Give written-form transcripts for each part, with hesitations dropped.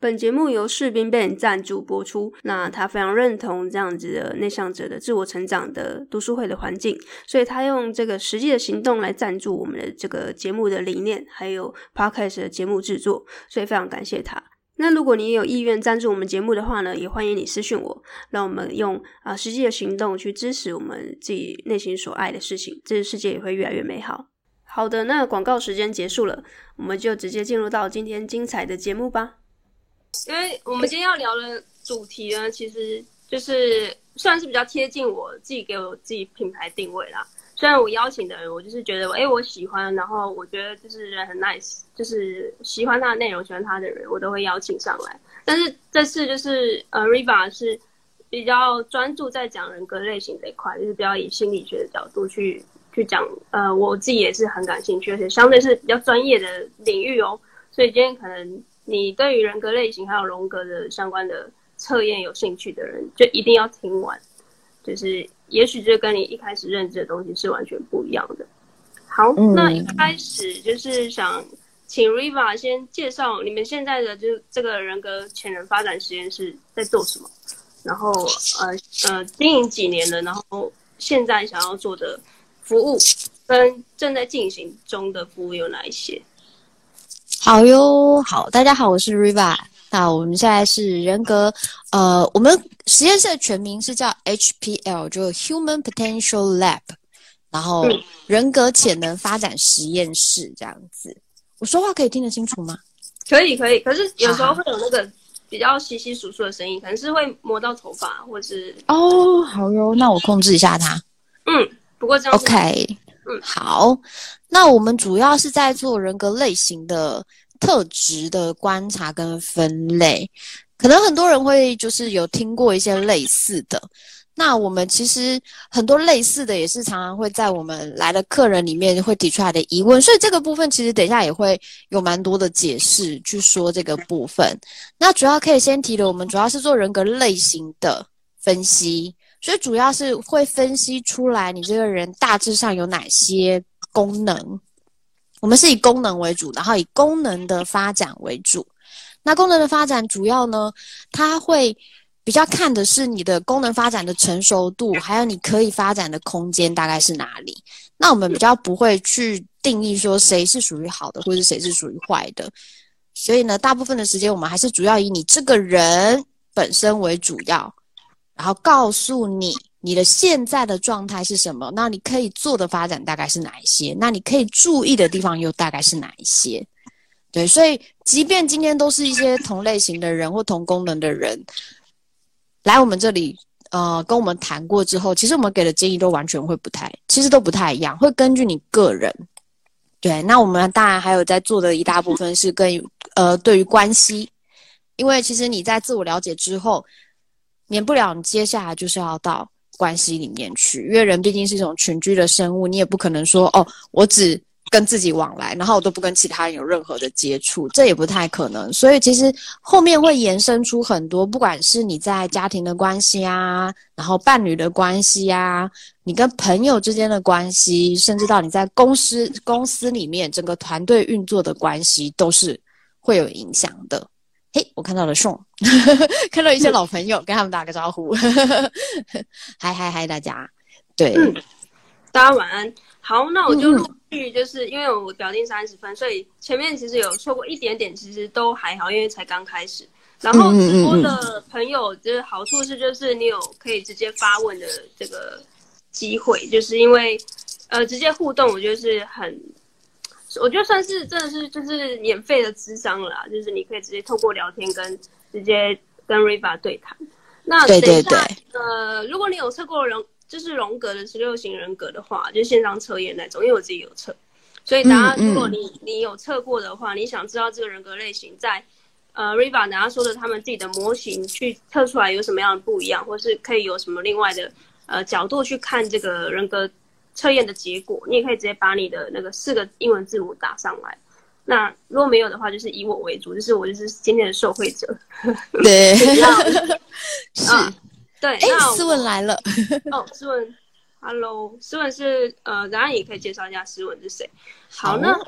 本节目由士兵 Ben 赞助播出，那他非常认同这样子的内向者的自我成长的读书会的环境，所以他用这个实际的行动来赞助我们的这个节目的理念，还有 Podcast 的节目制作，所以非常感谢他。那如果你也有意愿赞助我们节目的话呢，也欢迎你私讯我，让我们用实际的行动去支持我们自己内心所爱的事情，这个世界也会越来越美好。好的，那广告时间结束了，我们就直接进入到今天精彩的节目吧。因为我们今天要聊的主题呢，其实就是算是比较贴近我自己给我自己品牌定位啦。虽然我邀请的人，我就是觉得我喜欢，然后我觉得就是人很 nice， 就是喜欢他的内容，喜欢他的人，我都会邀请上来。但是这次就是Riva 是比较专注在讲人格类型这一块，就是比较以心理学的角度去讲，我自己也是很感兴趣，而且相对是比较专业的领域哦。所以今天可能你对于人格类型还有荣格的相关的测验有兴趣的人，就一定要听完。就是也许就跟你一开始认知的东西是完全不一样的。好，那一开始就是想请 Riva 先介绍你们现在的就是这个人格潜能发展实验室在做什么，然后经营几年了，然后现在想要做的服务跟正在进行中的服务有哪一些？ 好哟，好，大家好，我是 Riva。那我们现在是人格，我们实验室的全名是叫 HPL， 就 Human Potential Lab， 然后人格潜能发展实验室这样子。我说话可以听得清楚吗？ 可以，可是有时候会有那个比较稀稀疏疏的声音，可能是会摸到头发，或是哦，好哟，那我控制一下它。 不过这样 OK，好，那我们主要是在做人格类型的特质的观察跟分类，可能很多人会就是有听过一些类似的，那我们其实很多类似的也是常常会在我们来的客人里面会提出来的疑问，所以这个部分其实等一下也会有蛮多的解释去说这个部分。那主要可以先提的，我们主要是做人格类型的分析，所以主要是会分析出来你这个人大致上有哪些功能。我们是以功能为主，然后以功能的发展为主。那功能的发展主要呢，它会比较看的是你的功能发展的成熟度，还有你可以发展的空间大概是哪里。那我们比较不会去定义说谁是属于好的，或者谁是属于坏的。所以呢，大部分的时间我们还是主要以你这个人本身为主要，然后告诉你的现在的状态是什么，那你可以做的发展大概是哪一些，那你可以注意的地方又大概是哪一些。对，所以即便今天都是一些同类型的人或同功能的人来我们这里跟我们谈过之后，其实我们给的建议都完全会其实都不太一样，会根据你个人。对，那我们当然还有在做的一大部分是对于关系，因为其实你在自我了解之后，免不了你接下来就是要到关系里面去，因为人毕竟是一种群居的生物，你也不可能说我只跟自己往来，然后我都不跟其他人有任何的接触，这也不太可能。所以其实后面会延伸出很多，不管是你在家庭的关系啊，然后伴侣的关系啊，你跟朋友之间的关系，甚至到你在公司里面整个团队运作的关系，都是会有影响的。嘿，我看到了 Sean 看到一些老朋友，跟他们打个招呼。嗨大家。对， 大家晚安。好，那我就陆续就是因为我表定30分，所以前面其实有错过一点点，其实都还好，因为才刚开始。然后直播的朋友就是好处是就是你有可以直接发问的这个机会，就是因为直接互动，我觉得是我觉得算是真的是就是免费的諮商了啦，就是你可以直接透过聊天直接跟 Riva 对谈。那等一下如果你有测过就是荣格的16型人格的话，就是线上测验那种，因为我自己有测，所以等下如果你有测过的话，你想知道这个人格类型在Riva 等下说的他们自己的模型去测出来有什么样的不一样，或是可以有什么另外的角度去看这个人格测验的结果，你也可以直接把你的那个4个英文字母打上来。那如果没有的话，就是以我为主，就是我就是今天的受惠者。 对，是。 对， 那思文来了。 思文 ，Hello， 思文是等下也可以介绍一下思文是谁。好，那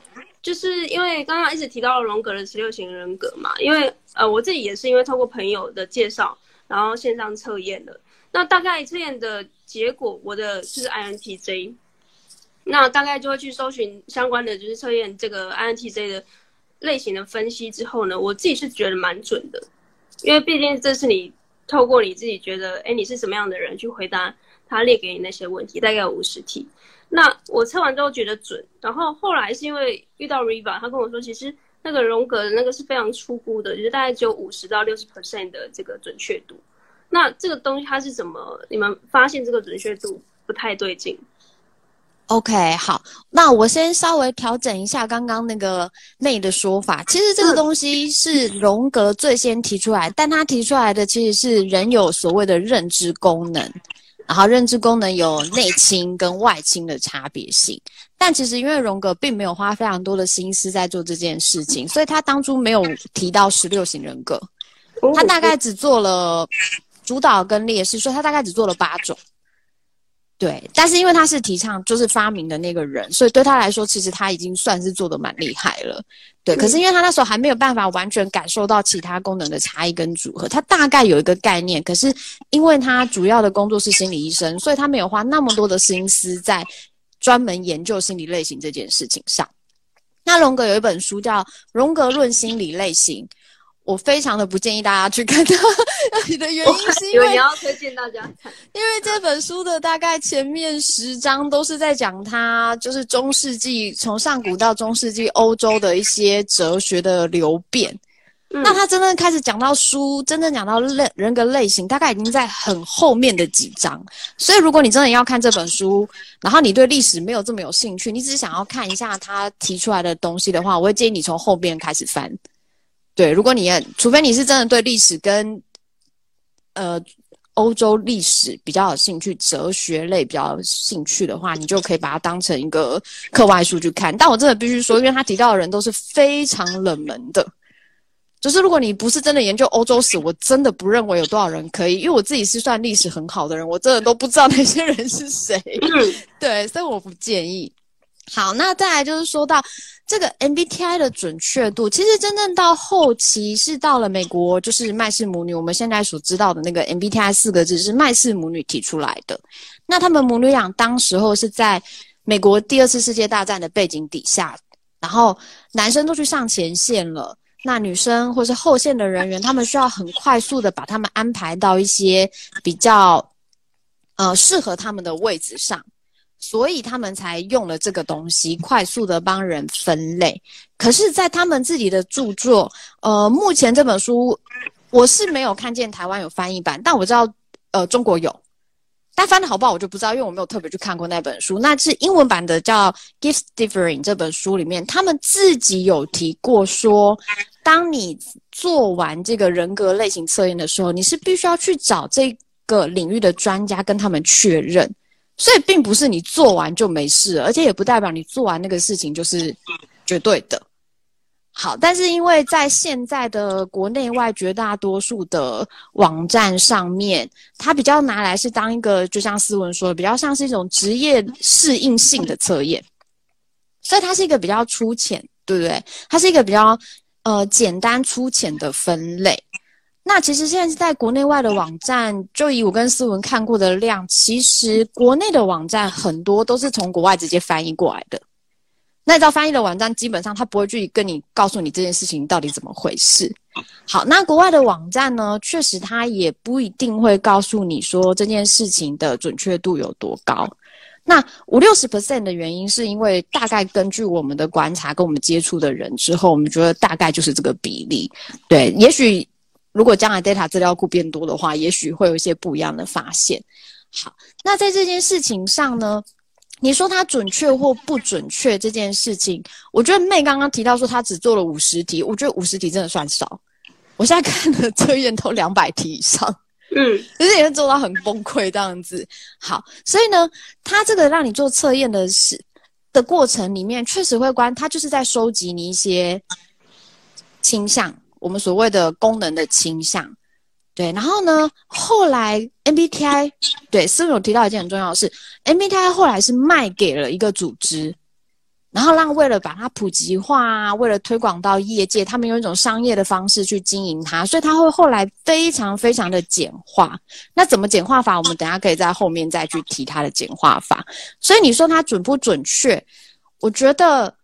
就是因为刚刚一直提到了荣格的16型人格嘛，因为我自己也是因为透过朋友的介绍，然后线上测验的。那大概测验的结果，我的就是 INTJ， 那大概就会去搜寻相关的就是测验这个 INTJ 的类型的分析之后呢，我自己是觉得蛮准的，因为毕竟这是你透过你自己觉得，你是什么样的人去回答他列给你那些问题，大概有50题。那我测完之后觉得准，然后后来是因为遇到 Riva， 他跟我说，其实那个荣格的那个是非常初估的，就是大概只有50到60% 的这个准确度。那这个东西它是怎么你们发现这个准确度不太对劲？ OK， 好，那我先稍微调整一下刚刚那个妹的说法。其实这个东西是荣格最先提出来，但他提出来的其实是人有所谓的认知功能，然后认知功能有内倾跟外倾的差别性。但其实因为荣格并没有花非常多的心思在做这件事情，所以他当初没有提到16型人格，他大概只做了主导跟劣势，所以他大概只做了8种。对，但是因为他是提倡就是发明的那个人，所以对他来说，其实他已经算是做得蛮厉害了。对，可是因为他那时候还没有办法完全感受到其他功能的差异跟组合，他大概有一个概念，可是因为他主要的工作是心理医生，所以他没有花那么多的心思在专门研究心理类型这件事情上。那荣格有一本书叫《荣格论心理类型》，我非常的不建议大家去看它。你的原因是因为你要推荐大家看， 因为这本书的大概前面10章都是在讲它就是中世纪从上古到中世纪欧洲的一些哲学的流变。那他真正开始讲到真正讲到人格类型，大概已经在很后面的几章。所以如果你真的要看这本书，然后你对历史没有这么有兴趣，你只是想要看一下他提出来的东西的话，我会建议你从后面开始翻。对，如果除非你是真的对历史跟欧洲历史比较有兴趣，哲学类比较有兴趣的话，你就可以把它当成一个课外书去看。但我真的必须说，因为他提到的人都是非常冷门的，就是如果你不是真的研究欧洲史，我真的不认为有多少人可以，因为我自己是算历史很好的人，我真的都不知道那些人是谁。对，所以我不建议。好，那再来就是说到这个 MBTI 的准确度，其实真正到后期是到了美国，就是麦氏母女，我们现在所知道的那个 MBTI 4个字是麦氏母女提出来的。那他们母女俩当时候是在美国第2次世界大战的背景底下，然后男生都去上前线了，那女生或是后线的人员，他们需要很快速的把他们安排到一些比较适合他们的位置上。所以他们才用了这个东西，快速的帮人分类。可是在他们自己的著作，目前这本书我是没有看见台湾有翻译版，但我知道中国有，但翻的好不好我就不知道，因为我没有特别去看过那本书。那是英文版的叫 Gift Differing 这本书里面，他们自己有提过说，当你做完这个人格类型测验的时候，你是必须要去找这个领域的专家跟他们确认。所以并不是你做完就没事了，而且也不代表你做完那个事情就是绝对的。好，但是因为在现在的国内外绝大多数的网站上面，它比较拿来是当一个，就像思文说的，比较像是一种职业适应性的测验，所以它是一个比较粗浅，对不对？它是一个比较简单粗浅的分类。那其实现在在国内外的网站，就以我跟思文看过的量，其实国内的网站很多都是从国外直接翻译过来的。那照翻译的网站，基本上他不会去跟你告诉你这件事情到底怎么回事。好，那国外的网站呢，确实他也不一定会告诉你说这件事情的准确度有多高。那50-60% 的原因是因为大概根据我们的观察跟我们接触的人之后，我们觉得大概就是这个比例。对，也许如果将来 data 资料库变多的话，也许会有一些不一样的发现。好，那在这件事情上呢，你说它准确或不准确这件事情，我觉得妹刚刚提到说她只做了50题，我觉得50题真的算少。我现在看的测验都200题以上，就是也会做到很崩溃这样子。好，所以呢，它这个让你做测验的过程里面，确实会它就是在收集你一些倾向。我们所谓的功能的倾向，对，然后呢，后来 MBTI， 对，思文有提到一件很重要的事 ，MBTI 后来是卖给了一个组织， 然后为了把它普及化啊，为了推广到业界，他们用一种商业的方式去经营它，所以它会后来非常非常的简化。那怎么简化法，我们等一下可以在后面再去提它的简化法。所以你说它准不准确，我觉得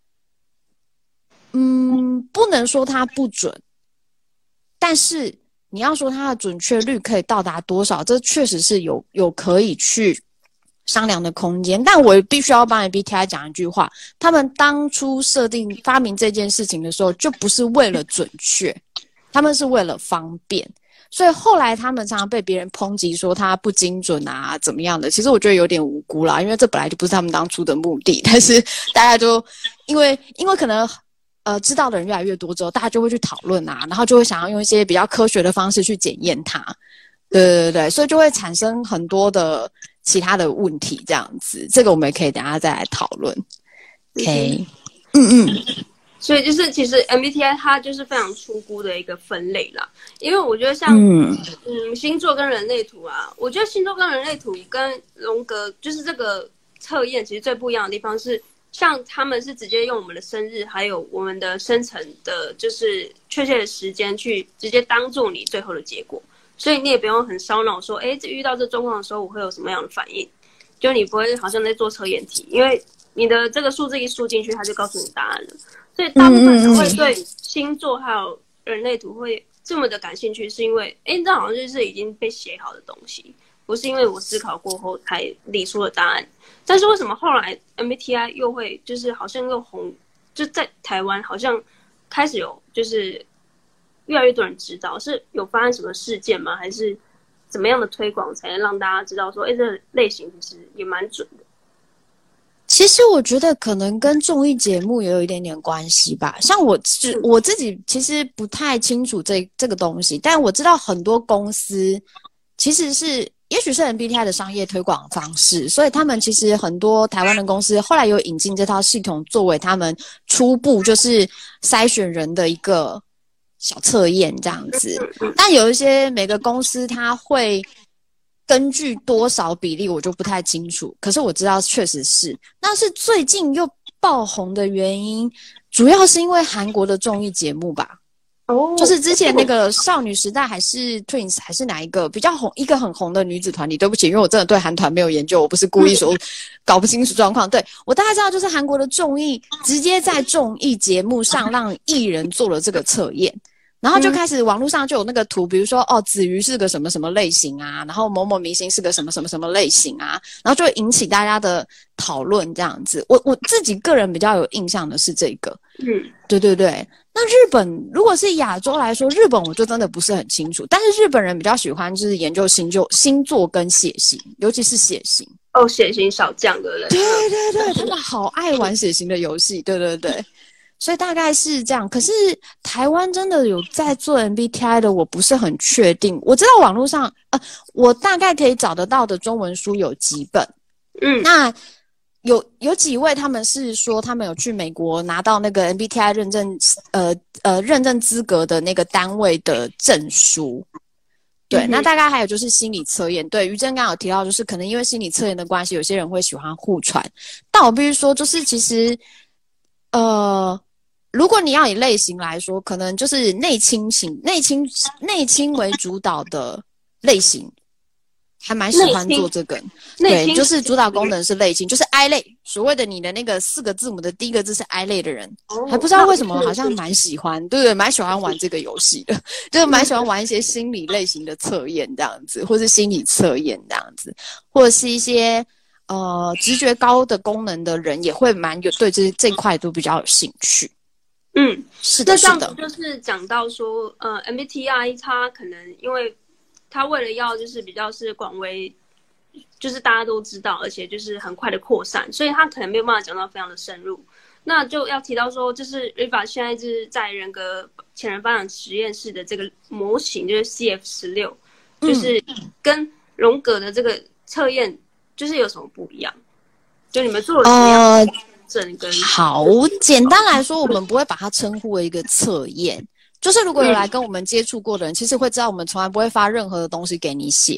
不能说它不准，但是你要说它的准确率可以到达多少，这确实是有可以去商量的空间。但我必须要帮 MBTI 讲一句话，他们当初发明这件事情的时候，就不是为了准确，他们是为了方便。所以后来他们常常被别人抨击说他不精准啊怎么样的，其实我觉得有点无辜啦，因为这本来就不是他们当初的目的。但是大家就因为可能知道的人越来越多之后，大家就会去讨论啊，然后就会想要用一些比较科学的方式去检验它。对，所以就会产生很多的其他的问题这样子，这个我们也可以等一下再来讨论。OK， 所以就是其实 MBTI 它就是非常粗估的一个分类啦，因为我觉得像星座跟人类图啊，我觉得星座跟人类图跟荣格就是这个测验其实最不一样的地方是，像他们是直接用我们的生日还有我们的生辰的就是确切的时间去直接当做你最后的结果，所以你也不用很烧脑说遇到这状况的时候我会有什么样的反应，就你不会好像在做测验题，因为你的这个数字一输进去它就告诉你答案了。所以大部分人会对星座还有人类图会这么的感兴趣，是因为这好像就是已经被写好的东西，不是因为我思考过后才理出了答案。但是为什么后来 MBTI 又会就是好像又红，就在台湾好像开始有就是越来越多人知道，是有发生什么事件吗？还是怎么样的推广才能让大家知道说这个类型其实也蛮准的？ 其实我觉得可能跟综艺节目也有一点点关系吧。像我自己其实不太清楚这个东西，但我知道很多公司其实是，也许是 MBTI 的商业推广方式，所以他们其实很多台湾的公司后来有引进这套系统作为他们初步就是筛选人的一个小测验这样子。但有一些每个公司它会根据多少比例我就不太清楚，可是我知道确实是。那是最近又爆红的原因，主要是因为韩国的综艺节目吧。就是之前那个少女时代还是 Twins 还是哪一个比较红，一个很红的女子团体，对不起，因为我真的对韩团没有研究，我不是故意说搞不清楚状况。对，我大概知道就是韩国的综艺直接在综艺节目上让艺人做了这个测验。然后就开始网络上就有那个图，比如说子瑜是个什么什么类型啊，然后某某明星是个什么什么什么类型啊，然后就会引起大家的讨论这样子。我自己个人比较有印象的是这个。对。那日本如果是亚洲来说，日本我就真的不是很清楚，但是日本人比较喜欢就是研究星座跟血型，尤其是血型。 血型小将的人。 对，他们好爱玩血型的游戏。对。所以大概是这样，可是台湾真的有在做 MBTI 的，我不是很确定。我知道网络上，我大概可以找得到的中文书有几本，那有几位他们是说他们有去美国拿到那个 MBTI 认证资格的那个单位的证书。对，那大概还有就是心理测验。对，于正刚有提到，就是可能因为心理测验的关系，有些人会喜欢互传，但我必须说，就是其实，如果你要以类型来说，可能就是内倾为主导的类型，还蛮喜欢做这个。对，就是主导功能是类型，就是 I 类。所谓的你的那个4个字母的第一个字是 I 类的人，还不知道为什么好像蛮喜欢，对，蛮喜欢玩这个游戏的，就是蛮喜欢玩一些心理类型的测验这样子，或是心理测验这样子，或者是一些直觉高的功能的人也会蛮有对这块都比较有兴趣。是的。 那这样子就是讲到说MBTI 它可能因为它为了要就是比较是广为就是大家都知道，而且就是很快的扩散，所以它可能没有办法讲到非常的深入。那就要提到说，就是 Riva 现在就是在人格潜能发展实验室的这个模型，就是 CF16，就是跟荣格的这个测验就是有什么不一样？就你们做了什么样的好，简单来说，我们不会把它称呼为一个测验。就是如果有来跟我们接触过的人，其实会知道我们从来不会发任何的东西给你写。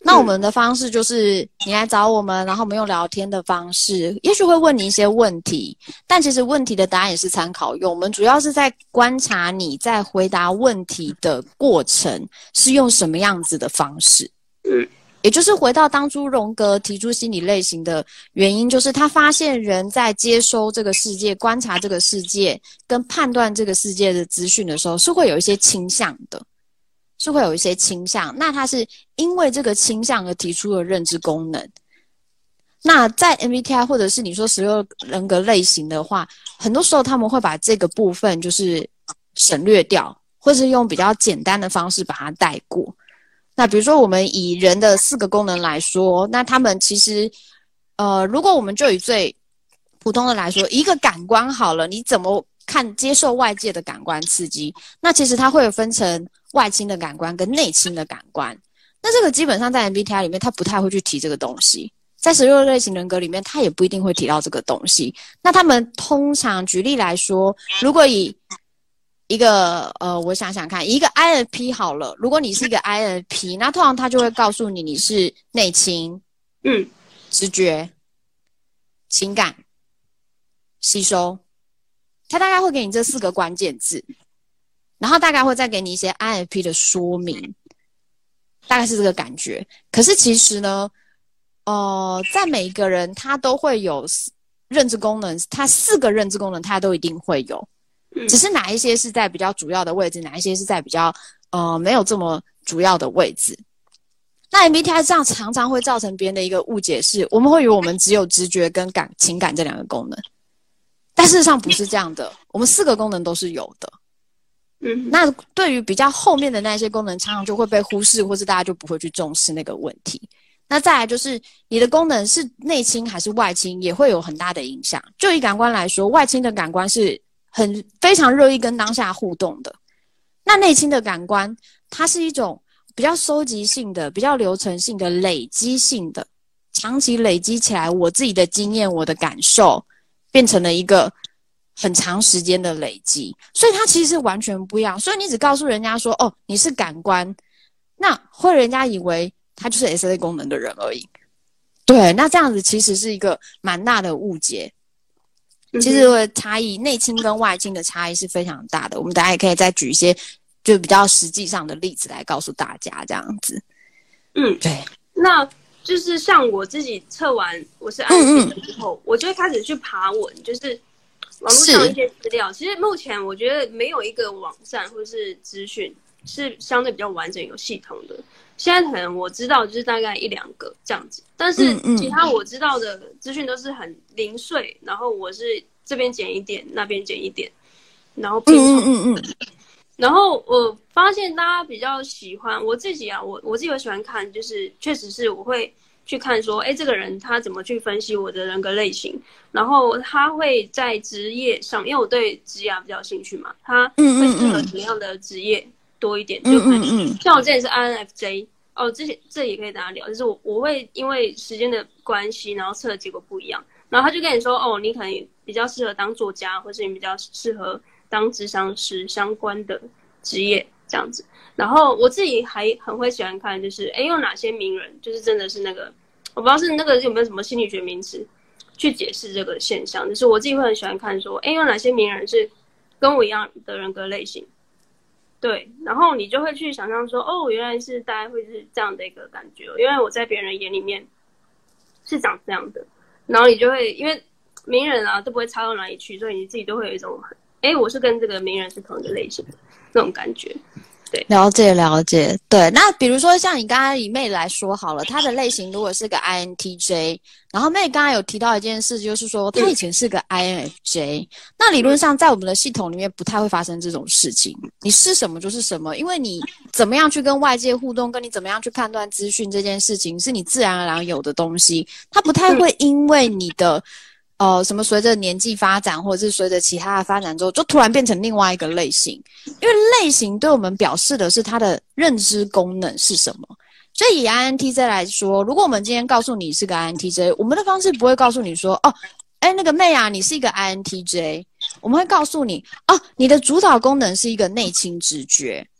那我们的方式就是你来找我们，然后我们用聊天的方式，也许会问你一些问题，但其实问题的答案也是参考用。我们主要是在观察你在回答问题的过程是用什么样子的方式。也就是回到当初荣格提出心理类型的原因，就是他发现人在接收这个世界、观察这个世界跟判断这个世界的资讯的时候，是会有一些倾向的。那他是因为这个倾向而提出了认知功能。那在 MBTI 或者是你说16人格类型的话，很多时候他们会把这个部分就是省略掉，或是用比较简单的方式把它带过。那比如说我们以人的4个功能来说，那他们其实如果我们就以最普通的来说，一个感官好了，你怎么接受外界的感官刺激，那其实它会有分成外倾的感官跟内倾的感官。那这个基本上在 MBTI 里面它不太会去提这个东西，在16类型人格里面它也不一定会提到这个东西。那他们通常举例来说，如果以一个我想想看，一个 INFP 好了，如果你是一个 INFP， 那通常他就会告诉你是内倾，直觉、情感、吸收，他大概会给你这4个关键字，然后大概会再给你一些 INFP 的说明，大概是这个感觉。可是其实呢，在每一个人他都会有认知功能，他4个认知功能他都一定会有。只是哪一些是在比较主要的位置，哪一些是在比较没有这么主要的位置。那 MBTI 这样常常会造成别人的一个误解是，我们会以为我们只有直觉跟情感这2个功能，但事实上不是这样的，我们4个功能都是有的。那对于比较后面的那些功能，常常就会被忽视，或是大家就不会去重视那个问题。那再来就是你的功能是内倾还是外倾，也会有很大的影响。就以感官来说，外倾的感官是非常乐意跟当下互动的。那内倾的感官，它是一种比较收集性的、比较流程性的、累积性的，长期累积起来，我自己的经验、我的感受，变成了一个很长时间的累积。所以它其实是完全不一样。所以你只告诉人家说，哦，你是感官，那会人家以为他就是 SA 功能的人而已。对，那这样子其实是一个蛮大的误解。其实差异，内倾跟外倾的差异是非常大的。我们大家也可以再举一些就比较实际上的例子来告诉大家，这样子。对。 那就是像我自己测完我是INFP之后，我就会开始去爬文，就是网络上一些资料。其实目前我觉得没有一个网站或是资讯是相对比较完整有系统的。现在可能我知道就是大概1-2个这样子，但是其他我知道的资讯都是很零碎，然后我是这边减一点，那边减一点，然后拼凑。然后我发现大家比较喜欢我自己啊，我自己会喜欢看，就是确实是我会去看说，这个人他怎么去分析我的人格类型，然后他会在职业上，因为我对职业比较有兴趣嘛，他会适合什么样的职业多一点，就可能像我之前是 INFJ。这也可以跟他聊，就是我会因为时间的关系，然后测的结果不一样，然后他就跟你说，你可能比较适合当作家，或是你比较适合当諮商师相关的职业这样子。然后我自己还很会喜欢看，就是有哪些名人，就是真的是那个，我不知道是那个有没有什么心理学名词去解释这个现象，就是我自己会很喜欢看说，有哪些名人是跟我一样的人格类型。对，然后你就会去想象说，原来是大概会是这样的一个感觉，因为我在别人眼里面是长这样的，然后你就会因为名人啊都不会差到哪里去，所以你自己都会有一种我是跟这个名人是同一个类型的那种感觉。对， 了解。对，那比如说像你刚刚以妹来说好了，她的类型如果是个 INTJ， 然后妹刚刚有提到一件事，就是说她以前是个 INFJ， 那理论上在我们的系统里面不太会发生这种事情，你是什么就是什么，因为你怎么样去跟外界互动，跟你怎么样去判断资讯这件事情是你自然而然有的东西，它不太会因为你的什么随着年纪发展，或者是随着其他的发展之后，就突然变成另外一个类型。因为类型对我们表示的是它的认知功能是什么。所以以 INTJ 来说，如果我们今天告诉你是个 INTJ， 我们的方式不会告诉你说，那个妹啊，你是一个 INTJ， 我们会告诉你，你的主导功能是一个内倾直觉。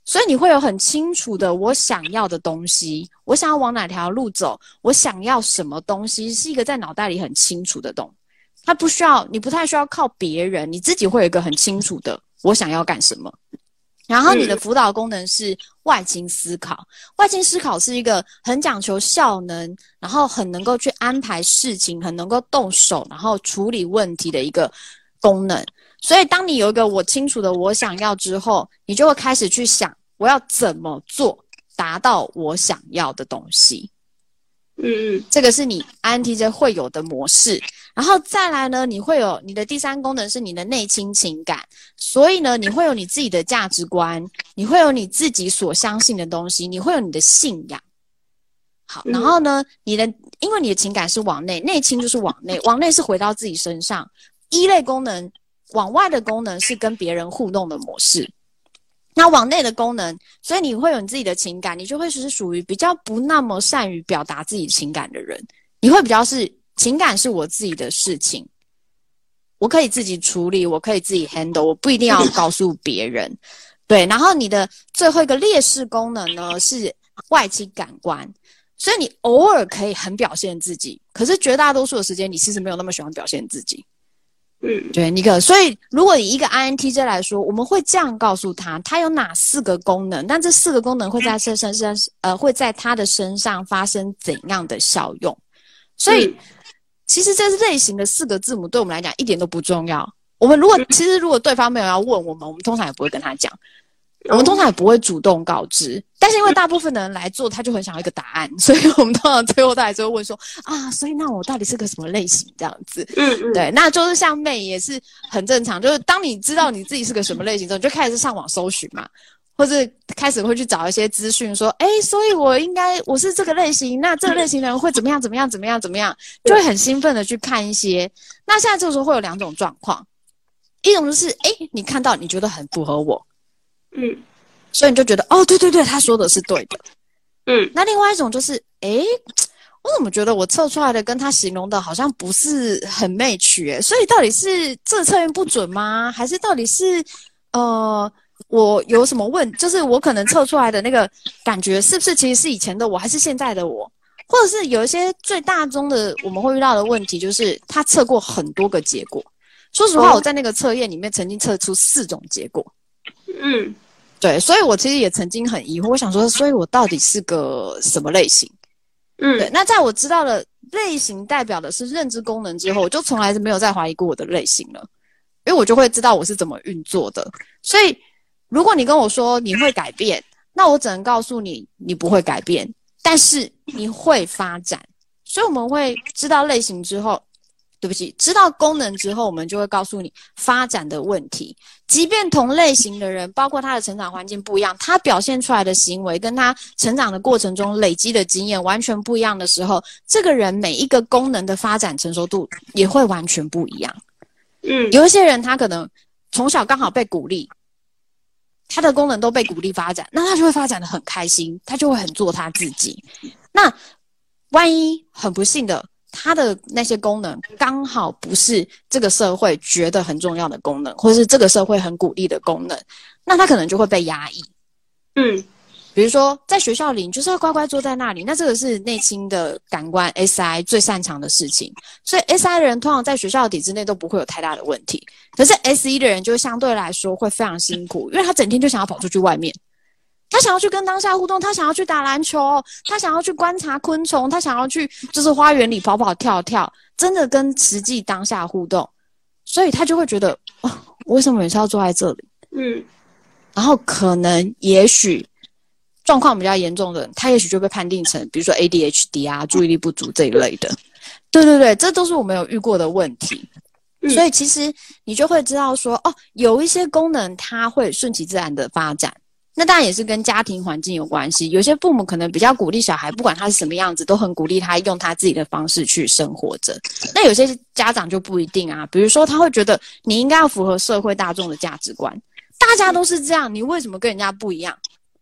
所以你会有很清楚的我想要的东西，我想要往哪条路走，我想要什么东西，是一个在脑袋里很清楚的它不需要，你不太需要靠别人，你自己会有一个很清楚的我想要干什么。然后你的辅导功能是外倾思考，外倾思考是一个很讲求效能，然后很能够去安排事情，很能够动手，然后处理问题的一个功能。所以当你有一个我清楚的我想要之后，你就会开始去想我要怎么做达到我想要的东西。这个是你 INTJ 会有的模式。然后再来呢，你会有你的第三功能是你的内倾情感，所以呢，你会有你自己的价值观，你会有你自己所相信的东西，你会有你的信仰。好，然后呢，因为你的情感是往内，内倾就是往内，往内是回到自己身上。一类功能往外的功能是跟别人互动的模式。那往内的功能，所以你会有你自己的情感，你就会是属于比较不那么善于表达自己情感的人，你会比较是情感是我自己的事情，我可以自己处理，我可以自己 handle， 我不一定要告诉别人。对，然后你的最后一个劣势功能呢是外倾感官，所以你偶尔可以很表现自己，可是绝大多数的时间你其实没有那么喜欢表现自己。对，所以如果以一个 INTJ 来说，我们会这样告诉他，他有哪4个功能，但这4个功能会在他的身上发生怎样的效用。所以其实这类型的4个字母对我们来讲一点都不重要。我们如果对方没有要问我们通常也不会跟他讲，我们通常也不会主动告知。但是因为大部分的人来做，他就很想要一个答案，所以我们通常最后他还是会问说所以那我到底是个什么类型这样子。对，那就是像妹也是很正常，就是当你知道你自己是个什么类型之后，你就开始上网搜寻嘛，或者开始会去找一些资讯说所以我是这个类型，那这个类型的人会怎么样怎么样怎么样怎么样，就会很兴奋的去看一些。那现在这个时候会有2种状况，一种就是你看到你觉得很符合我，所以你就觉得对对对，他说的是对的。那另外一种就是我怎么觉得我测出来的跟他形容的好像不是很 match 所以到底是这个测验不准吗？还是到底是我有什么就是我可能测出来的那个感觉是不是其实是以前的我还是现在的我？或者是有一些最大宗的我们会遇到的问题，就是他测过很多个结果。说实话，我在那个测验里面曾经测出4种结果。对，所以我其实也曾经很疑惑，我想说，所以我到底是个什么类型？对，那在我知道了类型代表的是认知功能之后，我就从来没有再怀疑过我的类型了，因为我就会知道我是怎么运作的。所以如果你跟我说你会改变，那我只能告诉你，你不会改变，但是你会发展。所以我们会知道类型之后，知道功能之后，我们就会告诉你发展的问题。即便同类型的人，包括他的成长环境不一样，他表现出来的行为跟他成长的过程中累积的经验完全不一样的时候，这个人每一个功能的发展成熟度也会完全不一样。有一些人他可能从小刚好被鼓励，他的功能都被鼓励发展，那他就会发展得很开心，他就会很做他自己。那万一很不幸的，他的那些功能刚好不是这个社会觉得很重要的功能，或是这个社会很鼓励的功能，那他可能就会被压抑。比如说在学校里你就是要乖乖坐在那里，那这个是内倾的感官 SI 最擅长的事情，所以 SI 的人通常在学校的体制内都不会有太大的问题。可是 SE 的人就相对来说会非常辛苦，因为他整天就想要跑出去外面，他想要去跟当下互动，他想要去打篮球，他想要去观察昆虫，他想要去就是花园里跑跑跳跳，真的跟实际当下互动，所以他就会觉得我为什么每次要坐在这里？然后可能也许状况比较严重的人，他也许就被判定成比如说 ADHD 啊，注意力不足这一类的。对对对，这都是我们有遇过的问题。所以其实你就会知道说有一些功能它会顺其自然的发展，那当然也是跟家庭环境有关系。有些父母可能比较鼓励小孩，不管他是什么样子，都很鼓励他用他自己的方式去生活着。那有些家长就不一定啊，比如说他会觉得你应该要符合社会大众的价值观，大家都是这样，你为什么跟人家不一样？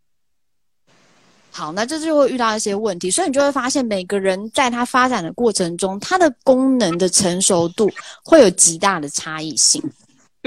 好，那这就会遇到一些问题，所以你就会发现每个人在他发展的过程中，他的功能的成熟度会有极大的差异性。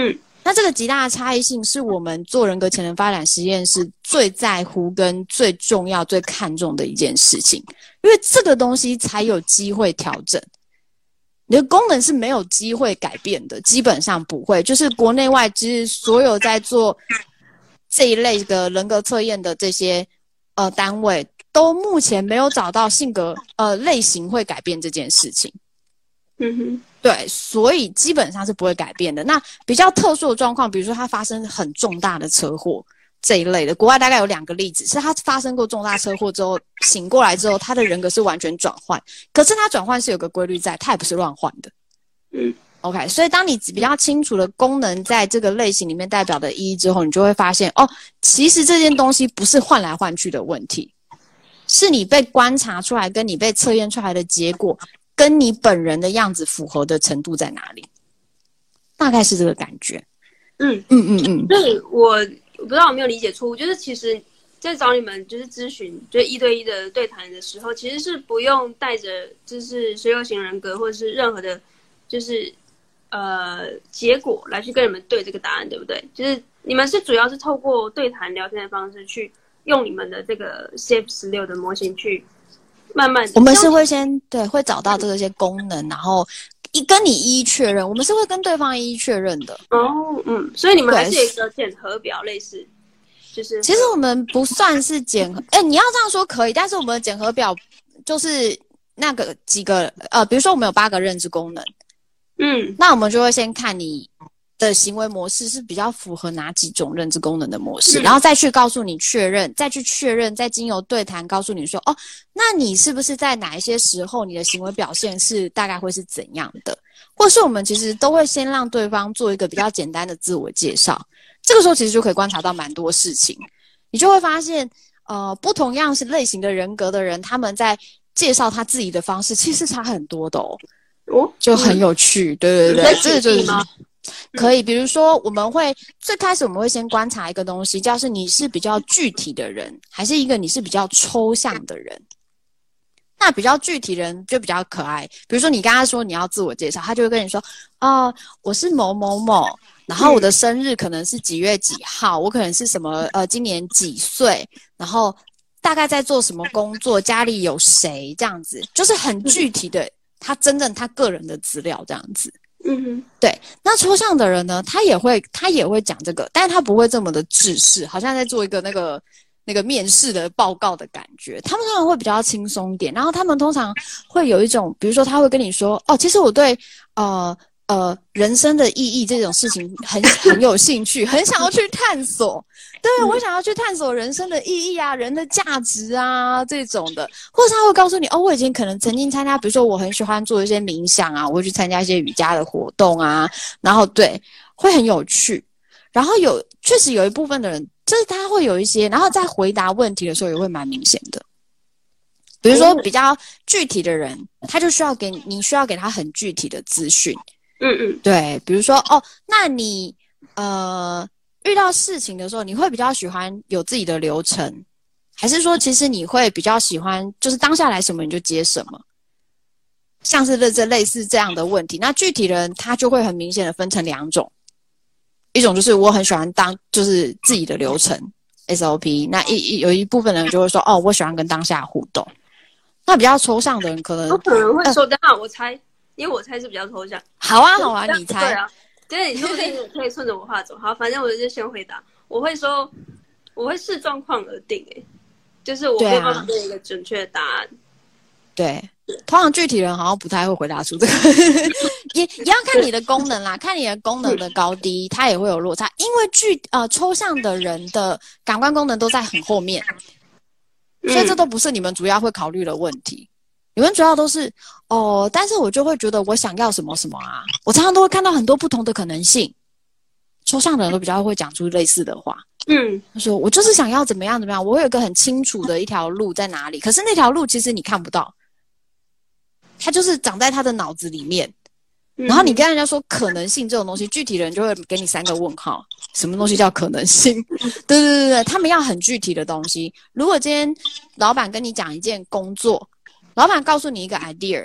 那这个极大的差异性是我们做人格潜能发展实验室最在乎跟最重要最看重的一件事情，因为这个东西才有机会调整。你的功能是没有机会改变的，基本上不会，就是国内外其实所有在做这一类的人格测验的这些单位都目前没有找到性格类型会改变这件事情。 嗯哼， 对，所以基本上是不会改变的。那比较特殊的状况，比如说它发生很重大的车祸这一类的，国外大概有2个例子，是他发生过重大车祸之后醒过来之后，他的人格是完全转换，可是他转换是有个规律在，他也不是乱换的。OK， 所以当你比较清楚的功能在这个类型里面代表的意义之后，你就会发现其实这件东西不是换来换去的问题，是你被观察出来跟你被测验出来的结果跟你本人的样子符合的程度在哪里，大概是这个感觉。所以我不知道有没有理解错误，就是其实在找你们就是咨询，就是1对1的对谈的时候，其实是不用带着就是16型人格或者是任何的，就是结果来去跟你们对这个答案，对不对？就是你们是主要是透过对谈聊天的方式去用你们的这个 CF16的模型去慢慢， 我们是会会找到这些功能，然后跟你一一确认，我们是会跟对方一一确认的。 所以你们还是有一个检核表类似，就是其实我们不算是检核，你要这样说可以，但是我们的检核表就是那个几个比如说我们有8个认知功能，那我们就会先看你的行为模式是比较符合哪几种认知功能的模式，然后再去告诉你确认，再去确认，再经由对谈告诉你说那你是不是在哪一些时候你的行为表现是大概会是怎样的，或是我们其实都会先让对方做一个比较简单的自我介绍，这个时候其实就可以观察到蛮多事情，你就会发现不同样是类型的人格的人，他们在介绍他自己的方式其实差很多的就很有趣。对，这个就是可以，比如说最开始我们会先观察一个东西，就是你是比较具体的人，还是一个你是比较抽象的人。那比较具体的人就比较可爱，比如说你跟他说你要自我介绍，他就会跟你说我是某某某，然后我的生日可能是几月几号，我可能是什么今年几岁，然后大概在做什么工作，家里有谁，这样子就是很具体的他真正他个人的资料这样子。对。那抽象的人呢，他也会讲这个，但是他不会这么的制式，好像在做一个那个面试的报告的感觉，他们通常会比较轻松一点，然后他们通常会有一种，比如说他会跟你说其实我对人生的意义这种事情很有兴趣，很想要去探索。对，我想要去探索人生的意义啊，人的价值啊这种的，或者他会告诉你我以前可能曾经参加，比如说我很喜欢做一些冥想啊，我会去参加一些瑜伽的活动啊，然后对，会很有趣。然后确实有一部分的人，就是他会有一些，然后在回答问题的时候也会蛮明显的。比如说比较具体的人，他就需要给他很具体的资讯。对，比如说那你遇到事情的时候，你会比较喜欢有自己的流程，还是说其实你会比较喜欢就是当下来什么你就接什么？像是这类似这样的问题，那具体人他就会很明显的分成2种。一种就是我很喜欢就是自己的流程 SOP， 那有一部分人就会说我喜欢跟当下互动。那比较抽象的人可能会说我猜，因为我猜是比较抽象。 好啊你猜。 对啊，就是你说不定可以顺着我话走。好，反正我就先回答。我会说我会视状况而定就是我没有办法给一个准确的答案。 对，通常具体人好像不太会回答出这个也要看你的功能啦，看你的功能的高低，它也会有落差，因为抽象的人的感官功能都在很后面，所以这都不是你们主要会考虑的问题。你们主要都是但是我就会觉得我想要什么什么啊，我常常都会看到很多不同的可能性。抽象的人都比较会讲出类似的话。他说我就是想要怎么样怎么样，我会有一个很清楚的一条路在哪里，可是那条路其实你看不到，它就是长在他的脑子里面。然后你跟人家说可能性这种东西，具体的人就会给你3个问号，什么东西叫可能性？对，他们要很具体的东西。如果今天老板跟你讲一件工作，老板告诉你一个 idea，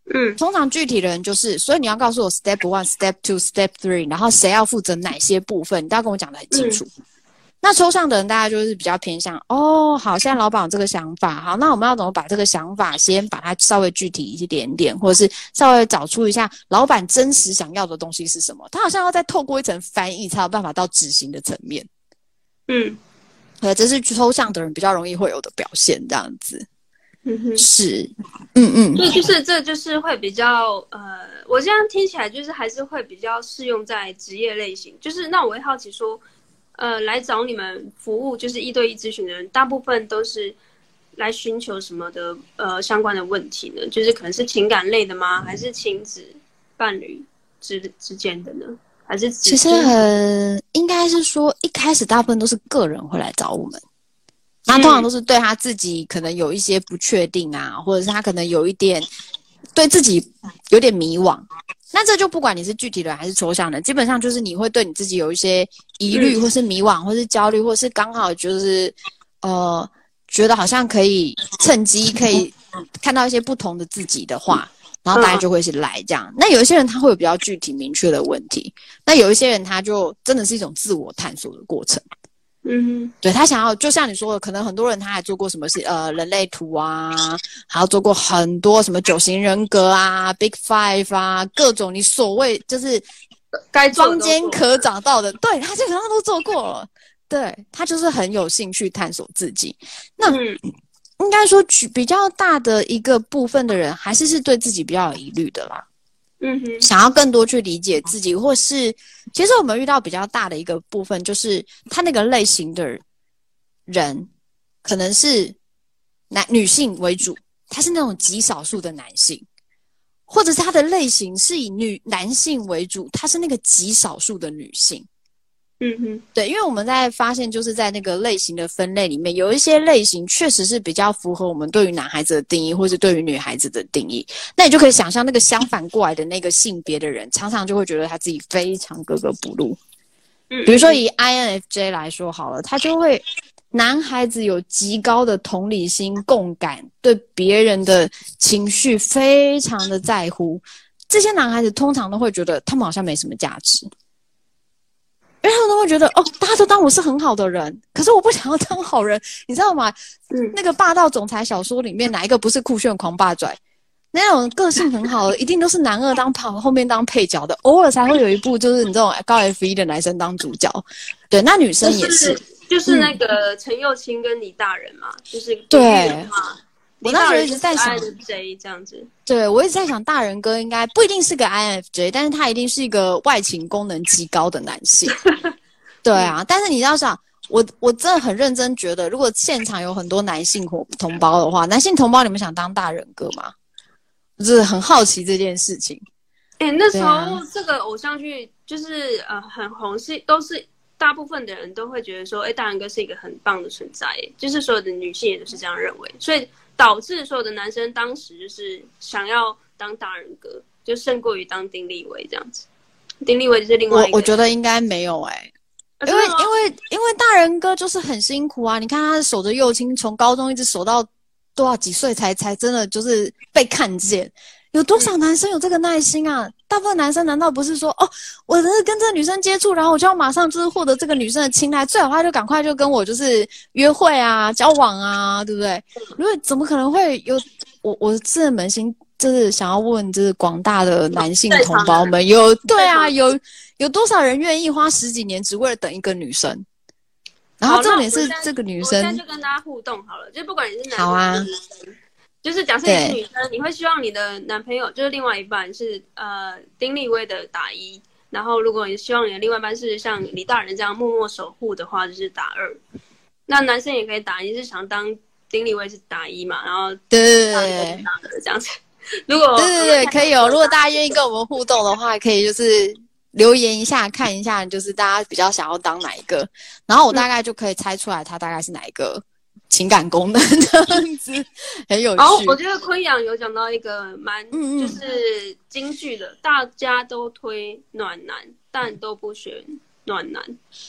通常具体的人就是，所以你要告诉我 step 1、step 2、step 3，然后谁要负责哪些部分，你都要跟我讲得很清楚。那抽象的人大家就是比较偏向好，现在老板有这个想法，好，那我们要怎么把这个想法先把它稍微具体一点点，或者是稍微找出一下老板真实想要的东西是什么，他好像要再透过一层翻译才有办法到执行的层面。对，这是抽象的人比较容易会有的表现，这样子。是， 所以就是这就是会比较我这样听起来就是还是会比较适用在职业类型。就是那我会好奇说，来找你们服务就是1对1咨询的人，大部分都是来寻求什么的相关的问题呢？就是可能是情感类的吗？还是亲子伴侣之间的呢？还是其实应该是说一开始大部分都是个人会来找我们。那通常都是对他自己可能有一些不确定啊，或者是他可能有一点对自己有点迷惘。那这就不管你是具体的还是抽象的，基本上就是你会对你自己有一些疑虑，或是迷惘，或是焦虑，或是刚好就是觉得好像可以趁机可以看到一些不同的自己的话，然后大家就会是来这样。那有一些人他会有比较具体明确的问题，那有一些人他就真的是一种自我探索的过程。对，他想要就像你说的，可能很多人他还做过什么人类图啊，还有做过很多什么9型人格啊、Big Five 啊，各种你所谓就是坊间可找到的，对，他基本上都做过了。对，他就是很有兴趣探索自己。那应该说比较大的一个部分的人还是对自己比较有疑虑的啦。想要更多去理解自己，或是其实我们遇到比较大的一个部分，就是他那个类型的人可能是女性为主，他是那种极少数的男性，或者是他的类型是以男性为主，他是那个极少数的女性。对，因为我们在发现就是在那个类型的分类里面，有一些类型确实是比较符合我们对于男孩子的定义，或是对于女孩子的定义。那你就可以想象那个相反过来的那个性别的人，常常就会觉得他自己非常格格不入。比如说以 INFJ 来说好了，他就会男孩子有极高的同理心、共感，对别人的情绪非常的在乎。这些男孩子通常都会觉得他们好像没什么价值。因为他们都会觉得大家都当我是很好的人，可是我不想要当好人，你知道吗？那个霸道总裁小说里面哪一个不是酷炫狂霸拽？那种个性很好的，一定都是男二当后面当配角的，偶尔才会有一部就是你这种高 FE 的男生当主角。对，那女生也是， 就是那个陈又青跟李大人嘛，就是对。我那时候一直在想 INFJ 这样子， 对，我一直在想大人哥应该不一定是个 INFJ， 但是他一定是一个外倾功能极高的男性。对啊，但是你要想，我真的很认真觉得，如果现场有很多男性同胞的话，男性同胞你们想当大人哥吗？我就是很好奇这件事情。 那时候这个偶像剧就是很红，都是大部分的人都会觉得说，大人哥是一个很棒的存在，就是所有的女性也都是这样认为，所以导致所有的男生当时就是想要当大人哥，就胜过于当丁立威这样子。丁立威就是另外一个， 我觉得应该没有因为大人哥就是很辛苦啊！你看他守着幼青，从高中一直守到多少几岁才真的就是被看见。有多少男生有这个耐心啊？大部分男生难道不是说我跟这个女生接触，然后我就要马上就是获得这个女生的青睐，最好他就赶快就跟我就是约会啊、交往啊，对不对？因为怎么可能会有我真的扪心就是想要问，就是广大的男性同胞们，有多少人愿意花10几年只为了等一个女生？然后重点是这个女生， 我现在就跟大家互动好了，就不管你是男生还是女生，就是假设你是女生，你会希望你的男朋友就是另外一半是丁立威的打1，然后如果你希望你的另外一半是像李大人这样默默守护的话，就是打2。那男生也可以打1，是想当丁立威是打1嘛，然后对打2这样子。如果对可以如果大家愿意跟我们互动的话，可以就是留言一下看一下，就是大家比较想要当哪一个，然后我大概就可以猜出来他大概是哪一个情感功能这样子，很有趣。 然后我觉得昆阳有讲到一个蛮就是金句的，大家都推暖男，但都不选暖男。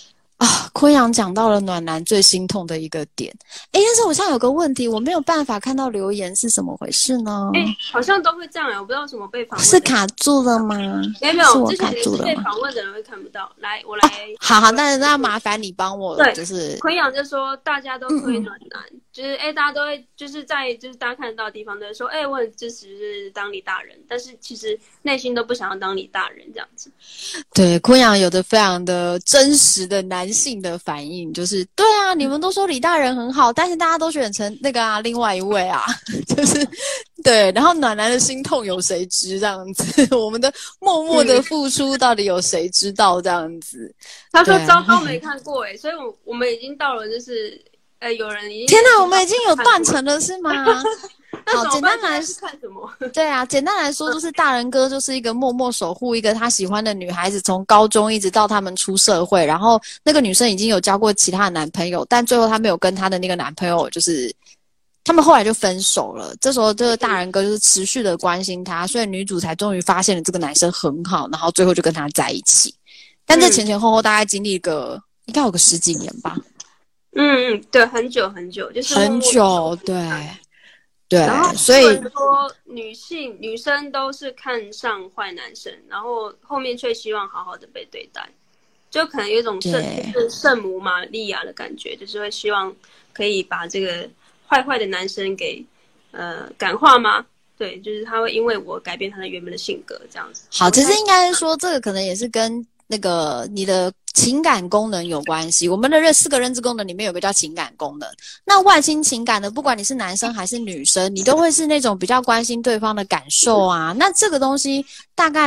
啊，昆阳讲到了暖男最心痛的一个点。诶，但是我现在有个问题，我没有办法看到留言，是怎么回事呢？ 好像都会这样，我不知道什么被访问是卡住了吗？ 没有， 是我之前卡住了吗？ 被访问的人会看不到。来，我来。 好，那麻烦你帮我， 对， 就是昆阳就说大家都推暖男，就是大家都会就是在就是大家看得到的地方都会说，我很支持是当李大人，但是其实内心都不想要当李大人这样子。 对，昆阳有的非常的真实的男性的反应，就是对啊，你们都说李大人很好，但是大家都选成那个另外一位啊，就是对，然后暖男的心痛有谁知这样子，我们的默默的付出到底有谁知道这样子？ 他说糟糕没看过所以我们已经到了就是有人已经天哪，我们已经有断层了是吗？好，简单来说，看什么？ 对啊，简单来说就是大人哥就是一个默默守护一个他喜欢的女孩子，从高中一直到他们出社会，然后那个女生已经有交过其他的男朋友，但最后他没有跟他的那个男朋友，就是他们后来就分手了。这时候这个大人哥就是持续的关心他，所以女主才终于发现了这个男生很好，然后最后就跟他在一起。但这前前后后大概经历应该有个10几年吧。 对，很久很久，就是很久，对， 然后所以说女生都是看上坏男生，然后后面却希望好好的被对待，就可能有一种圣母玛利亚的感觉，就是会希望可以把这个坏的男生给感化吗？对，就是他会因为我改变他的原本的性格这样子。 好，其实应该说这个可能也是跟那个你的情感功能有关系。我们的4个认知功能里面有个叫情感功能。那外倾情感的，不管你是男生还是女生，你都会是那种比较关心对方的感受啊。那这个东西大概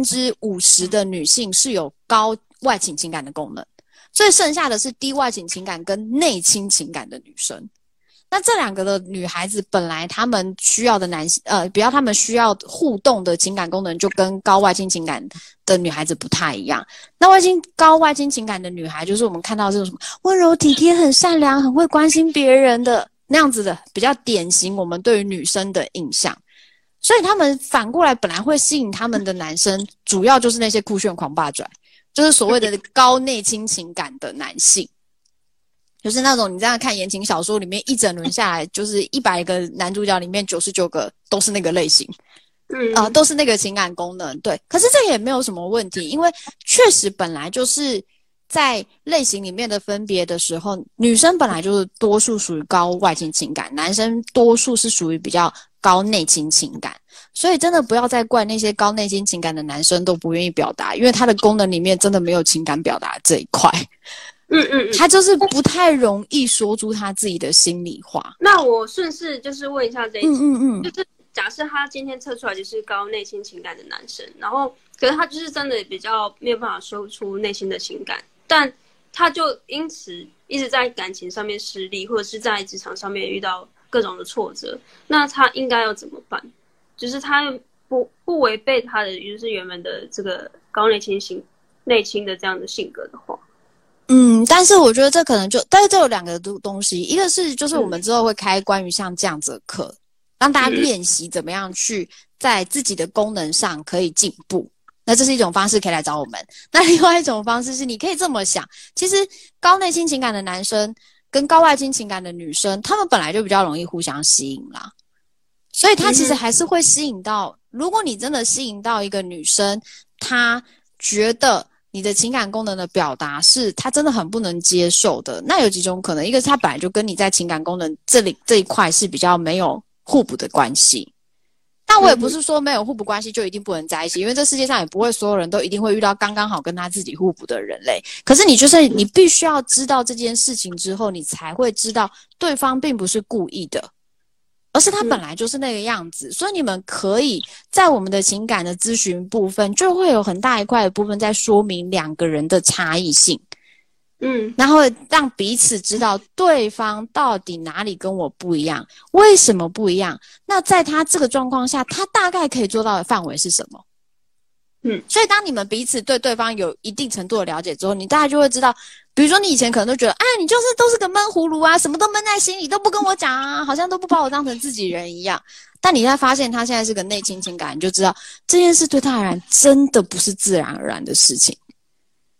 50%的女性是有高外倾情感的功能，所以剩下的是低外倾情感跟内倾情感的女生。那这2个的女孩子本来她们需要的比较她们需要互动的情感功能就跟高外倾情感的女孩子不太一样。那高外倾情感的女孩就是我们看到这种什么温柔体贴、很善良、很会关心别人的那样子的比较典型我们对于女生的印象。所以他们反过来本来会吸引他们的男生，主要就是那些酷炫狂霸拽，就是所谓的高内倾情感的男性。就是那种你这样看言情小说里面一整轮下来，就是100个男主角里面99个都是那个类型，都是那个情感功能。对，可是这也没有什么问题，因为确实本来就是在类型里面的分别的时候，女生本来就是多数属于高外倾情感，男生多数是属于比较高内倾情感。所以真的不要再怪那些高内倾情感的男生都不愿意表达，因为他的功能里面真的没有情感表达这一块。他就是不太容易说出他自己的心里话。 那我顺势就是问一下这一题，就是假设他今天测出来就是高内心情感的男生，然后可是他就是真的比较没有办法说出内心的情感，但他就因此一直在感情上面失利，或者是在职场上面遇到各种的挫折，那他应该要怎么办？就是他不违背他的就是原本的这个高内倾的这样的性格的话。 但是我觉得这可能但是这有2个东西，一个是就是我们之后会开关于像这样子的课，让大家练习怎么样去在自己的功能上可以进步。那这是一种方式可以来找我们。那另外一种方式是你可以这么想，其实高内倾情感的男生跟高外倾情感的女生，他们本来就比较容易互相吸引啦。所以他其实还是会吸引到，如果你真的吸引到一个女生，她觉得你的情感功能的表达是他真的很不能接受的，那有几种可能，一个是他本来就跟你在情感功能这一块是比较没有互补的关系。但我也不是说没有互补关系就一定不能在一起，因为这世界上也不会所有人都一定会遇到刚刚好跟他自己互补的人类。可是你必须要知道这件事情之后，你才会知道对方并不是故意的，而是他本来就是那个样子。所以你们可以在我们的情感的咨询部分，就会有很大一块的部分在说明2个人的差异性。然后让彼此知道对方到底哪里跟我不一样，为什么不一样，那在他这个状况下他大概可以做到的范围是什么。所以当你们彼此对对方有一定程度的了解之后，你大概就会知道，比如说你以前可能都觉得你就是都是个闷葫芦啊，什么都闷在心里，都不跟我讲啊，好像都不把我当成自己人一样。但你在发现他现在是个内倾情感，你就知道这件事对他而言真的不是自然而然的事情。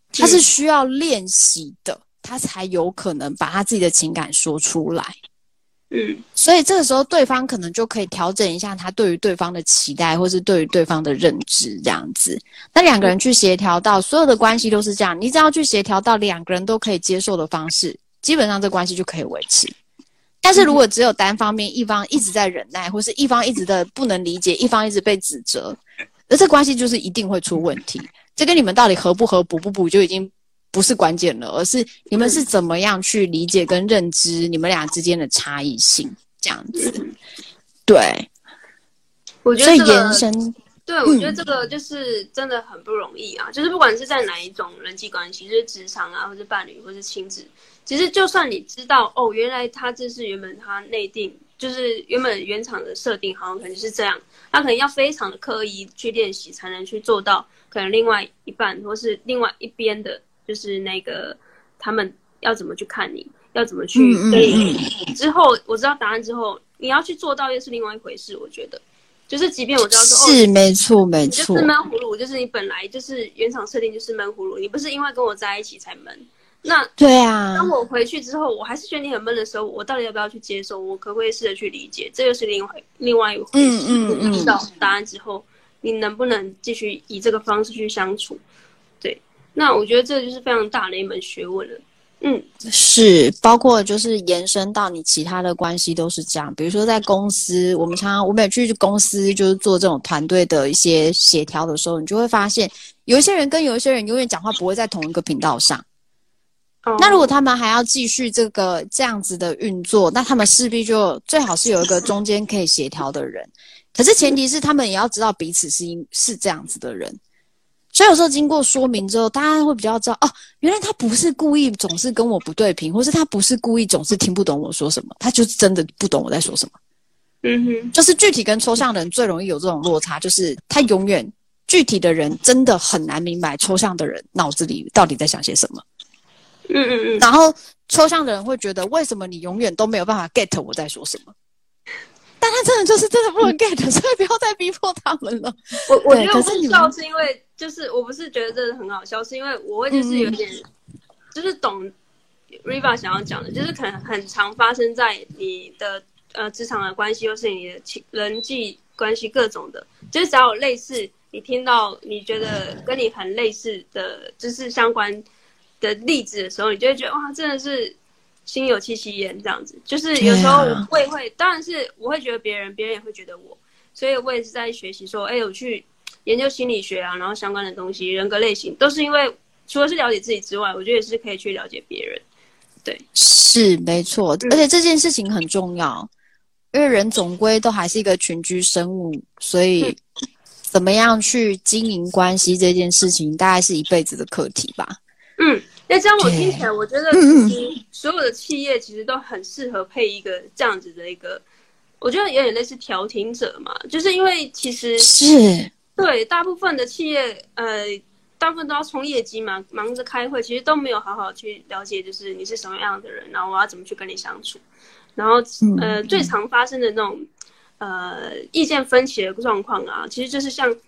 他是需要练习的，他才有可能把他自己的情感说出来。所以这个时候对方可能就可以调整一下他对于对方的期待，或是对于对方的认知这样子。那两个人去协调到，所有的关系都是这样，你只要去协调到两个人都可以接受的方式，基本上这关系就可以维持。但是如果只有单方面，一方一直在忍耐，或是一方一直的不能理解，一方一直被指责，而这关系就是一定会出问题。这跟你们到底合不合、补不补就已经不是关键了，而是你们是怎么样去理解跟认知你们俩之间的差异性，这样子。对， 我觉得所以延伸， 对，我觉得这个就是真的很不容易啊。就是不管是在哪一种人际关系，就是职场啊，或是伴侣，或是亲子，其实就算你知道哦，原来他这是原本他内定，就是原本原厂的设定，好像可能是这样，他可能要非常的刻意去练习，才能去做到。可能另外一半或是另外一边的。就是那个他们要怎么去看你，要怎么去跟你之后我知道答案之后，你要去做到又是另外一回事。我觉得就是即便我知道说是没错没错， 就是闷葫芦，就是你本来就是原厂设定就是闷葫芦，你不是因为跟我在一起才闷。那对啊， 当我回去之后，我还是觉得你很闷的时候，我到底要不要去接受？我可不可以试着去理解？这就是另外一回事。你知道答案之后，你能不能继续以这个方式去相处？对。那我觉得这就是非常大的一门学问了。 是包括就是延伸到你其他的关系都是这样。比如说在公司，我们也去公司就是做这种团队的一些协调的时候，你就会发现有一些人跟有一些人永远讲话不会在同一个频道上。那如果他们还要继续这样子的运作，那他们势必就最好是有一个中间可以协调的人。可是前提是他们也要知道彼此是这样子的人。所以有时候经过说明之后，大家会比较知道哦，原来他不是故意总是跟我不对频，或是他不是故意总是听不懂我说什么，他就是真的不懂我在说什么。就是具体跟抽象的人最容易有这种落差，就是他永远具体的人真的很难明白抽象的人脑子里到底在想些什么。然后抽象的人会觉得为什么你永远都没有办法 get 我在说什么。但他真的不能 get， 所以不要再逼迫他们了。 我觉得我会笑是因为就是我不是觉得这很好笑，是因为我会就是有点就是懂 Riva 想要讲的，就是可能很常发生在你的职场的关系，或是你的人际关系各种的，就是只要有类似你听到你觉得跟你很类似的就是相关的例子的时候，你就会觉得哇，真的是心有戚戚焉这样子。就是有时候我也会，当然是我会觉得别人也会觉得我，所以我也是在学习说，我去研究心理学啊，然后相关的东西，人格类型，都是因为除了是了解自己之外，我觉得也是可以去了解别人。对， 是没错，而且这件事情很重要，因为人总归都还是一个群居生物，所以怎么样去经营关系这件事情，大概是一辈子的课题吧。 那这样我听起来，我觉得其实所有的企业其实都很适合配一个这样子的一个，我觉得有点类似调停者嘛，就是因为其实是对大部分的企业，大部分都要冲业绩嘛，忙着开会，其实都没有好好去了解，就是你是什么样的人，然后我要怎么去跟你相处，然后最常发生的那种意见分歧的状况啊，其实就是像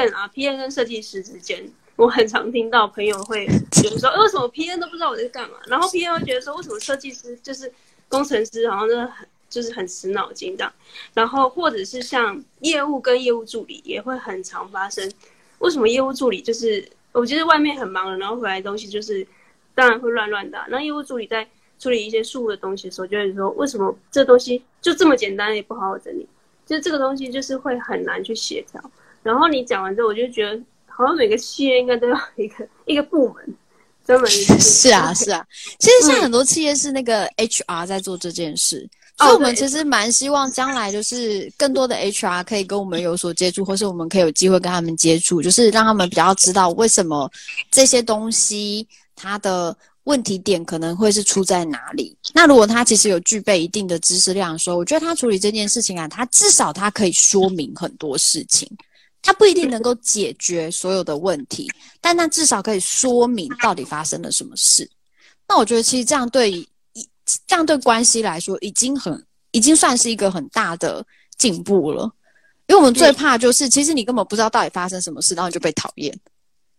PM 跟设计师之间。我很常听到朋友会觉得说，为什么 PM 都不知道我在干嘛？然后 PM 会觉得说，为什么设计师就是工程师，好像就是很死脑筋这样。然后或者是像业务跟业务助理也会很常发生。为什么业务助理就是我觉得外面很忙了，然后回来的东西就是当然会乱打。然后业务助理在处理一些事务的东西的时候，就会说，为什么这东西就这么简单也不好好整理？就是这个东西就是会很难去协调。然后你讲完之后，我就觉得。好像每个企业应该都要一个部门专门是啊，其实现在很多企业是那个 HR 在做这件事，所以我们其实蛮希望将来就是更多的 HR 可以跟我们有所接触，或是我们可以有机会跟他们接触，就是让他们比较知道为什么这些东西它的问题点可能会是出在哪里。那如果他其实有具备一定的知识量的时候，我觉得他处理这件事情啊，他至少他可以说明很多事情。他不一定能够解决所有的问题，但他至少可以说明到底发生了什么事。那我觉得其实这样对关系来说已经算是一个很大的进步了。因为我们最怕就是其实你根本不知道到底发生什么事，然后你就被讨厌。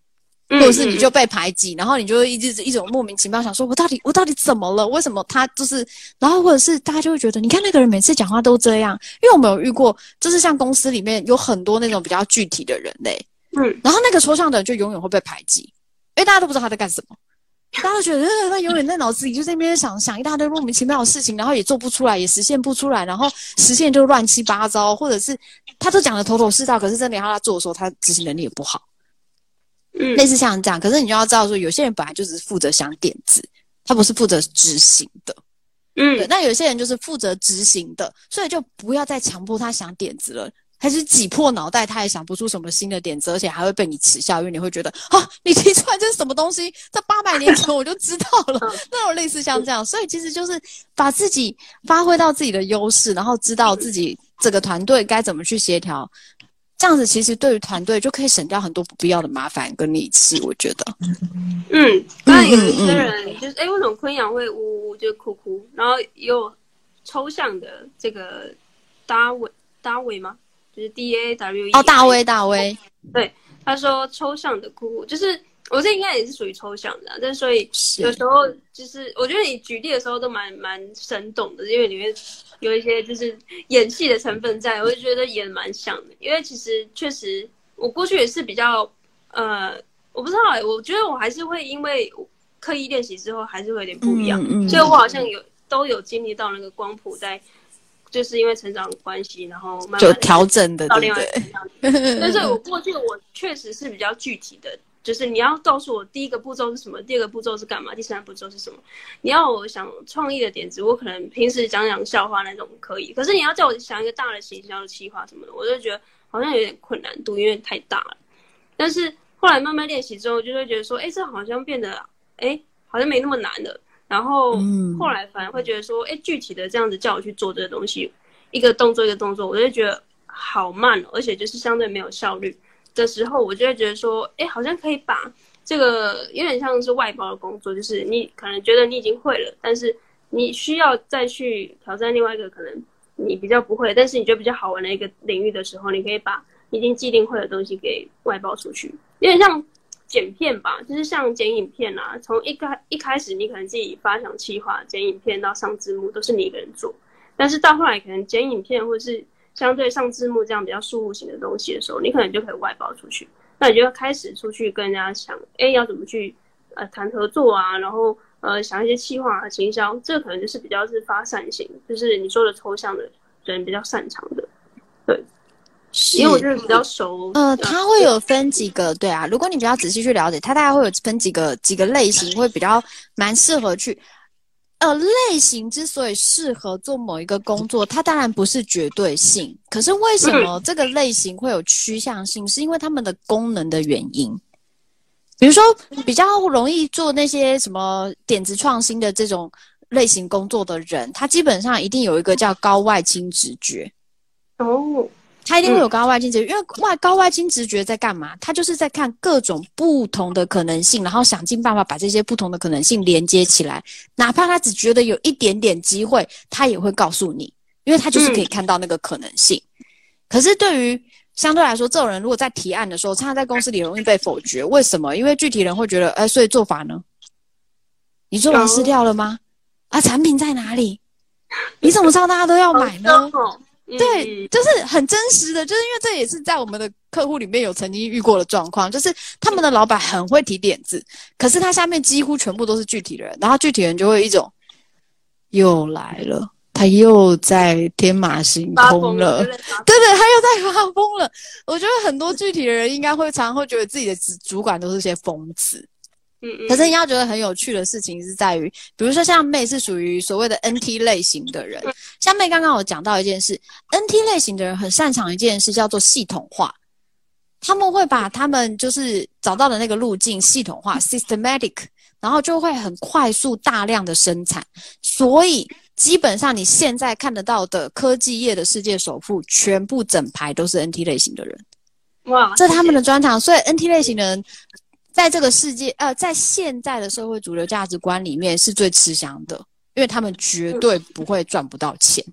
或者是你就被排挤，然后你就会一种莫名其妙想说我到底怎么了？为什么他就是，然后或者是大家就会觉得你看那个人每次讲话都这样，因为我们有遇过，就是像公司里面有很多那种比较具体的人类，然后那个抽象的人就永远会被排挤，因为大家都不知道他在干什么。大家都觉得他永远在脑子里就在那边想一大堆莫名其妙的事情，然后也做不出来，也实现不出来，然后实现就乱七八糟，或者是他都讲得头头是道，可是真的要他做的时候，他执行能力也不好。类似像这样，可是你就要知道说，有些人本来就只是负责想点子，他不是负责执行的。对，那有些人就是负责执行的，所以就不要再强迫他想点子了。还是挤破脑袋，他也想不出什么新的点子，而且还会被你耻笑，因为你会觉得啊，你提出来这是什么东西？在800年前我就知道了。那种类似像这样，所以其实就是把自己发挥到自己的优势，然后知道自己这个团队该怎么去协调，这样子其实对于团队就可以省掉很多不必要的麻烦跟力气，我觉得。 当然有一些人就是为什么昆阳会呜呜就哭哭，然后也有抽象的这个大伟吗？就是 DAWE 大威， 对，他说抽象的哭哭，就是我这应该也是属于抽象的，但所以有时候就是我觉得你举例的时候都蛮生动的，因为里面有一些就是演戏的成分在，我就觉得演蛮像的。因为其实确实我过去也是比较我不知道我觉得我还是会因为刻意练习之后还是会有点不一样，所以我好像都有经历到那个光谱在。就是因为成长的关系，然后慢慢就调整的， 到另外一个但是我过去我确实是比较具体的，就是你要告诉我第一个步骤是什么，第二个步骤是干嘛，第三个步骤是什么。你要我想创意的点子，我可能平时讲笑话那种可以，可是你要叫我想一个大的行销的企划什么的，我就觉得好像有点困难度，因为太大了。但是后来慢慢练习之后，就会觉得说，这好像变得，好像没那么难了。然后后来反而会觉得说，具体的这样子叫我去做这个东西，一个动作一个动作，我就觉得好慢，而且就是相对没有效率的时候，我就会觉得说，好像可以把这个有点像是外包的工作，就是你可能觉得你已经会了，但是你需要再去挑战另外一个可能你比较不会，但是你觉得比较好玩的一个领域的时候，你可以把已经既定会的东西给外包出去，有点像剪片吧，就是像剪影片啊，从一开始你可能自己发想企划，剪影片到上字幕都是你一个人做，但是到后来可能剪影片或是相对上字幕这样比较输入型的东西的时候，你可能就可以外包出去，那你就要开始出去跟人家想，要怎么去谈合作啊，然后想一些企划啊、行销，这个可能就是比较是发散型，就是你说的抽象的人比较擅长的，对。因为我觉得比较熟， 它会有分几个，对啊，如果你比较仔细去了解，它大概会有分几个类型，会比较蛮适合去。类型之所以适合做某一个工作，它当然不是绝对性，可是为什么这个类型会有趋向性，是因为他们的功能的原因。比如说，比较容易做那些什么点子创新的这种类型工作的人，他基本上一定有一个叫高外倾直觉。他一定会有高外倾直觉，因为高外倾直觉在干嘛？他就是在看各种不同的可能性，然后想尽办法把这些不同的可能性连接起来。哪怕他只觉得有一点点机会，他也会告诉你，因为他就是可以看到那个可能性。可是对于相对来说，这种人如果在提案的时候，常常在公司里容易被否决。为什么？因为具体人会觉得，所以做法呢？你做完撕掉了吗？产品在哪里？你怎么知道大家都要买呢？对，就是很真实的，就是因为这也是在我们的客户里面有曾经遇过的状况，就是他们的老板很会提点子，可是他下面几乎全部都是具体的人，然后具体人就会有一种又来了，他又在天马行空了，对，他又在发疯了。我觉得很多具体的人应该会常常会觉得自己的主管都是些疯子。可是你要觉得很有趣的事情是在于，比如说像妹是属于所谓的 NT 类型的人，像妹刚刚有讲到一件事 ，NT 类型的人很擅长一件事叫做系统化，他们会把他们就是找到的那个路径系统化 systematic， 然后就会很快速大量的生产，所以基本上你现在看得到的科技业的世界首富，全部整排都是 NT 类型的人，哇，这是他们的专长，所以 NT 类型的人。在这个世界，在现在的社会主流价值观里面是最吃香的，因为他们绝对不会赚不到钱。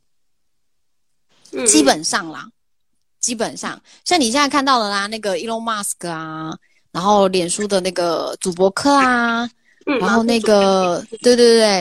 基本上啦，基本上像你现在看到的啦，那个 Elon Musk 啊， 然后脸书的那个祖伯克啊，然后那个对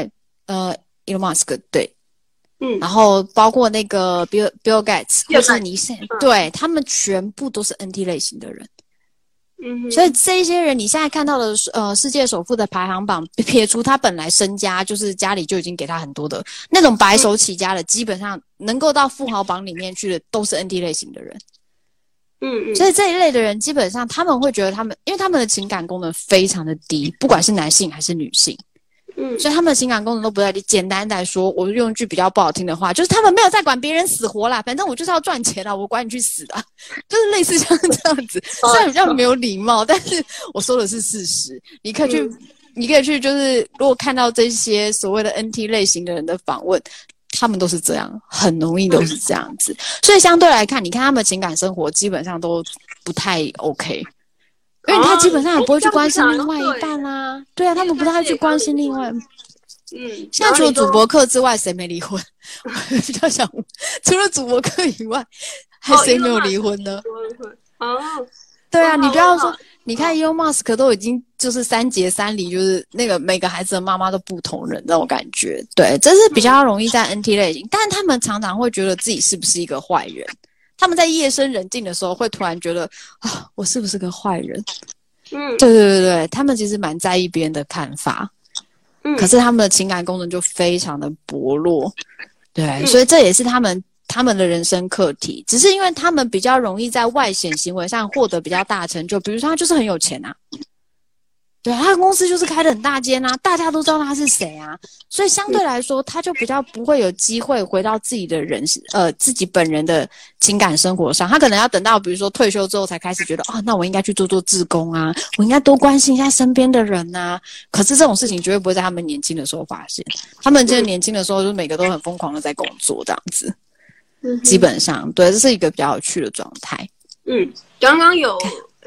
，Elon Musk 对，然后包括那个 Bill Gates 或是尼森，对，他们全部都是 NT 类型的人。所以这些人你现在看到的世界首富的排行榜，撇除他本来身家就是家里就已经给他很多的那种白手起家的，基本上能够到富豪榜里面去的都是 NT 类型的人。所以这一类的人基本上他们会觉得因为他们的情感功能非常的低，不管是男性还是女性。所以他们的情感功能都不在低。简单来说，我用一句比较不好听的话，就是他们没有在管别人死活啦，反正我就是要赚钱啦，我管你去死啦，就是类似像这样子。虽然比较没有礼貌，但是我说的是事实。你可以去，就是如果看到这些所谓的 NT 类型的人的访问，他们都是这样，很容易都是这样子。所以相对来看，你看他们情感生活基本上都不太 OK。因为他基本上也不会去关心另外一半啊，对啊，他们不太去关心另外。现在除了祖伯克之外，谁没离婚？我比较想，除了祖伯克以外，还谁没有离婚呢？对啊，你不要说，你看 Elon Musk 都已经就是3结3离，就是那个每个孩子的妈妈都不同人那种感觉。对，这是比较容易在 NT 类型，但他们常常会觉得自己是不是一个坏人。他们在夜深人静的时候会突然觉得啊，我是不是个坏人？对，他们其实蛮在意别人的看法，可是他们的情感功能就非常的薄弱，对，所以这也是他们的人生课题。只是因为他们比较容易在外显行为上获得比较大的成就，比如说他就是很有钱啊。对，他的公司就是开得很大间啊，大家都知道他是谁啊，所以相对来说，他就比较不会有机会回到自己的自己本人的情感生活上。他可能要等到比如说退休之后才开始觉得，那我应该去做志工啊，我应该多关心一下身边的人啊。可是这种事情绝对不会在他们年轻的时候发现，他们就是年轻的时候就每个都很疯狂的在工作这样子。基本上，对，这是一个比较有趣的状态。 刚刚有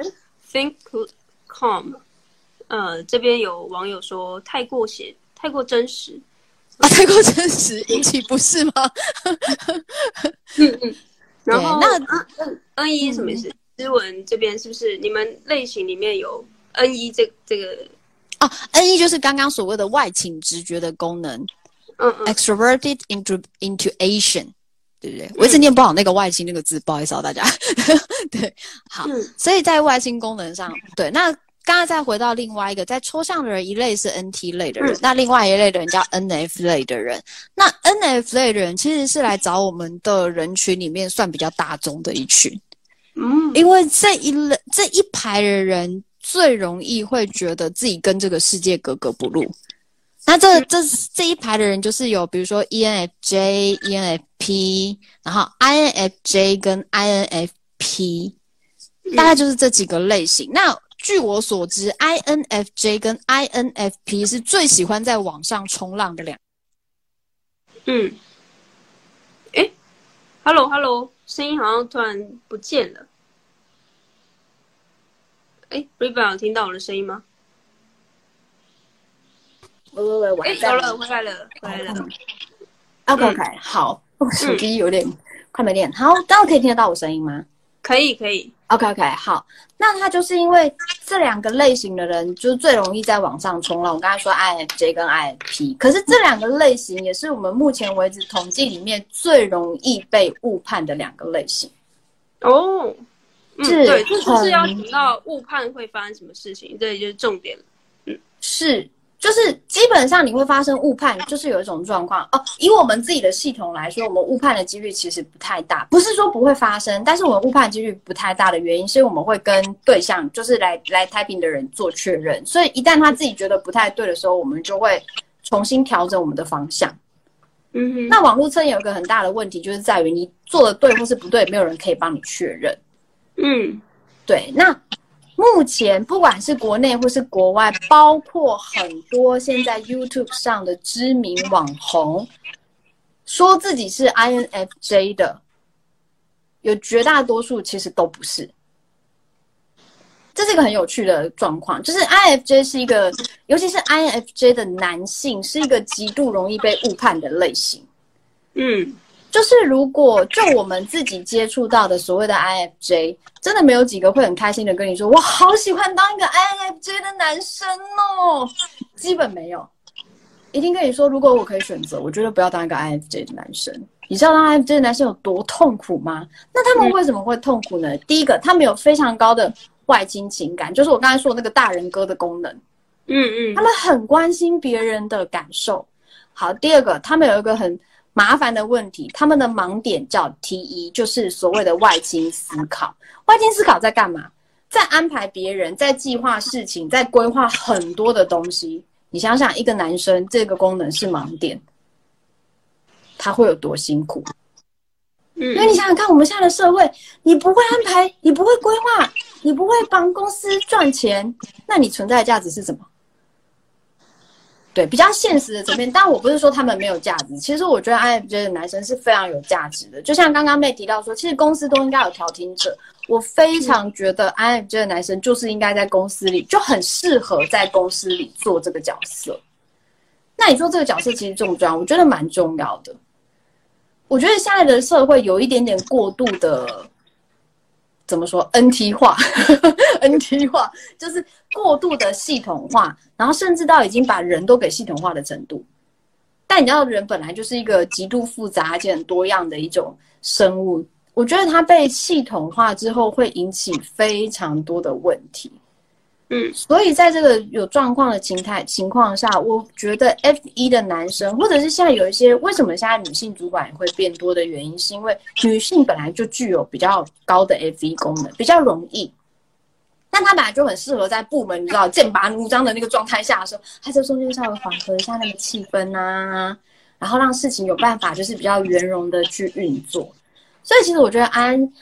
think calm。这边有网友说太过真实太过真实引起不适吗？ 然后N1什么意思？诗文这边是不是你们类型里面有 N1这个 N1 就是刚刚所谓的外倾直觉的功能，extroverted intuition， 对不对？我一直念不好那个外倾那个字，不好意思大家。对，好，所以在外倾功能上，对，那刚才再回到另外一个，在抽象的人一类是 NT 类的人，那另外一类的人叫 NF 类的人。那 NF 类的人其实是来找我们的人群里面算比较大众的一群。因为这一排的人最容易会觉得自己跟这个世界格格不入。那这一排的人就是有比如说 ENFJ、ENFP， 然后 INFJ 跟 INFP， 大概就是这几个类型。那据我所知 ，INFJ 跟 INFP 是最喜欢在网上冲浪的两。 Hello， 声音好像突然不见了。Riba 有听到我的声音吗？ 喂，我有了，回来了。 OK， 好，我手机有点快没电。好，大家可以听得到我声音吗？ 可以。 OK， 好，那他就是因为这两个类型的人，就是最容易在网上冲浪。我刚才说 INFJ 跟 INFP， 可是这两个类型也是我们目前为止统计里面最容易被误判的两个类型。 对，就是要等到误判会发生什么事情，这就是重点了。 就是基本上你会发生误判，就是有一种状况以我们自己的系统来说，我们误判的几率其实不太大，不是说不会发生，但是我们误判几率不太大的原因是我们会跟对象，就是来 typing 的人做确认，所以一旦他自己觉得不太对的时候，我们就会重新调整我们的方向。那网络测验有一个很大的问题，就是在于你做的对或是不对，没有人可以帮你确认。对，那目前不管是国内或是国外，包括很多现在 YouTube 上的知名网红，说自己是 INFJ 的，有绝大多数其实都不是。这是一个很有趣的状况，就是 INFJ 是一个，尤其是 INFJ 的男性，是一个极度容易被误判的类型。 就是如果就我们自己接触到的所谓的 INFJ， 真的没有几个会很开心的跟你说，我好喜欢当一个 INFJ 的男生哦，基本没有。一定跟你说，如果我可以选择，我绝对不要当一个 INFJ 的男生。你知道当 INFJ 的男生有多痛苦吗？那他们为什么会痛苦呢？第一个，他们有非常高的外倾情感，就是我刚才说的那个大人哥的功能。他们很关心别人的感受。好，第二个，他们有一个很麻烦的问题，他们的盲点叫 TE， 就是所谓的外倾思考。外倾思考在干嘛？在安排别人，在计划事情，在规划很多的东西。你想想，一个男生这个功能是盲点，他会有多辛苦？因为你想想看，我们现在的社会，你不会安排，你不会规划，你不会帮公司赚钱，那你存在的价值是什么？对，比较现实的层面，但我不是说他们没有价值。其实我觉得 INFJ 的男生是非常有价值的。就像刚刚妹提到说，其实公司都应该有调停者。我非常觉得 INFJ 的男生就是应该在公司里，就很适合在公司里做这个角色。那你说这个角色其实重不重要？我觉得蛮重要的。我觉得现在的社会有一点点过度的，怎么说 NT 化NT 化就是过度的系统化，然后甚至到已经把人都给系统化的程度。但你知道人本来就是一个极度复杂而且很多样的一种生物，我觉得它被系统化之后会引起非常多的问题。所以在这个有状况的情况下，我觉得 F1 的男生，或者是现在有一些为什么现在女性主管也会变多的原因，是因为女性本来就具有比较高的 F1 功能，比较容易。但他本来就很适合在部门，你知道剑拔弩张的那个状态下的时候，他在中间稍微缓和一下那个气氛啊，然后让事情有办法就是比较圆融的去运作。所以其实我觉得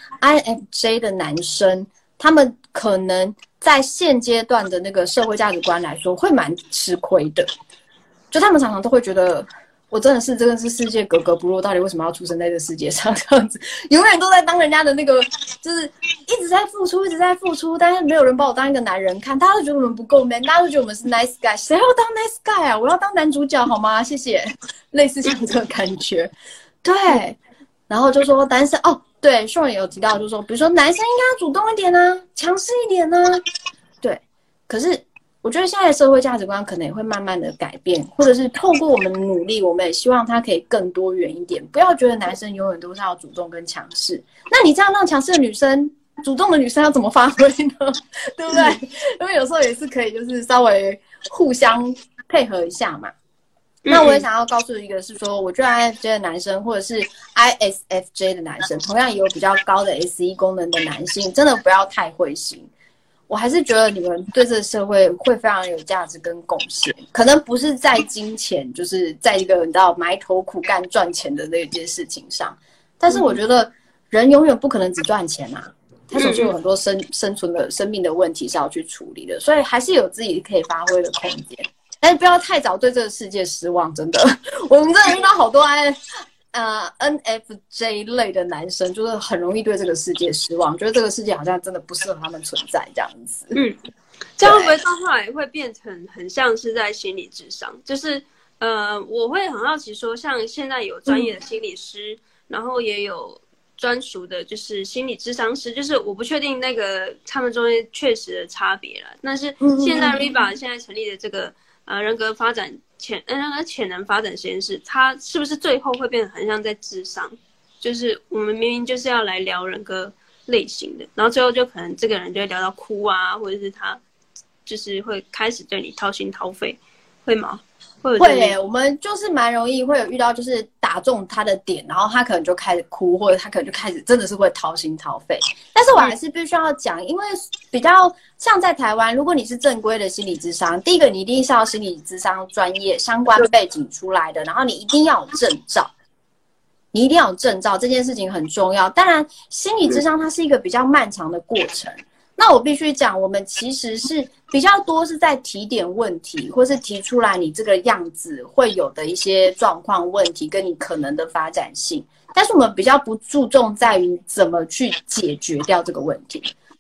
INFJ 的男生，他们可能在现阶段的那个社会价值观来说，会蛮吃亏的。就他们常常都会觉得，我真的是世界格格不入，到底为什么要出生在这个世界上？这样子，永远都在当人家的那个，就是一直在付出，一直在付出，但是没有人把我当一个男人看，大家都觉得我们不够 man， 大家都觉得我们是 nice guy， 谁要当 nice guy 啊？我要当男主角好吗？谢谢，类似像这个感觉，对。然后就说男生哦，对，Sean也有提到，就是说，比如说男生应该要主动一点啊，强势一点啊，对。可是我觉得现在的社会价值观可能也会慢慢的改变，或者是透过我们的努力，我们也希望它可以更多元一点，不要觉得男生永远都是要主动跟强势。那你这样让强势的女生、主动的女生要怎么发挥呢？对不对？因为有时候也是可以，就是稍微互相配合一下嘛。那我也想要告诉一个是说，我觉得 INFJ 的男生或者是 ISFJ 的男生，同样也有比较高的 SE 功能的男性，真的不要太灰心。我还是觉得你们对这个社会会非常有价值跟贡献，可能不是在金钱，就是在一个你知道埋头苦干赚钱的那件事情上，但是我觉得人永远不可能只赚钱啊，他总是有很多生存的生命的问题是要去处理的，所以还是有自己可以发挥的空间。但是不要太早对这个世界失望，真的。我们真的遇到好多NFJ 类的男生，就是很容易对这个世界失望，觉得这个世界好像真的不适合他们存在这样子。 这样会不会到后来会变成很像是在心理智商？就是我会很好奇说，像现在有专业的心理师，然后也有专属的，就是心理咨商师，就是我不确定那个他们中间确实的差别了。但是现在 Riva 现在成立的这个人格发展潜能发展实验室，它是不是最后会变得很像在咨商？就是我们明明就是要来聊人格类型的，然后最后就可能这个人就会聊到哭啊，或者是他就是会开始对你掏心掏肺，会吗？ 会，我们就是蛮容易会有遇到，就是打中他的点，然后他可能就开始哭，或者他可能就开始真的是会掏心掏肺。但是我还是必须要讲，因为比较像在台湾，如果你是正规的心理咨商，第一个你一定是要心理咨商专业相关背景出来的，然后你一定要有证照，你一定要有证照，这件事情很重要。当然，心理咨商它是一个比较漫长的过程。那我必须讲，我们其实是比较多是在提点问题，或是提出来你这个样子会有的一些状况问题，跟你可能的发展性。但是我们比较不注重在于怎么去解决掉这个问题。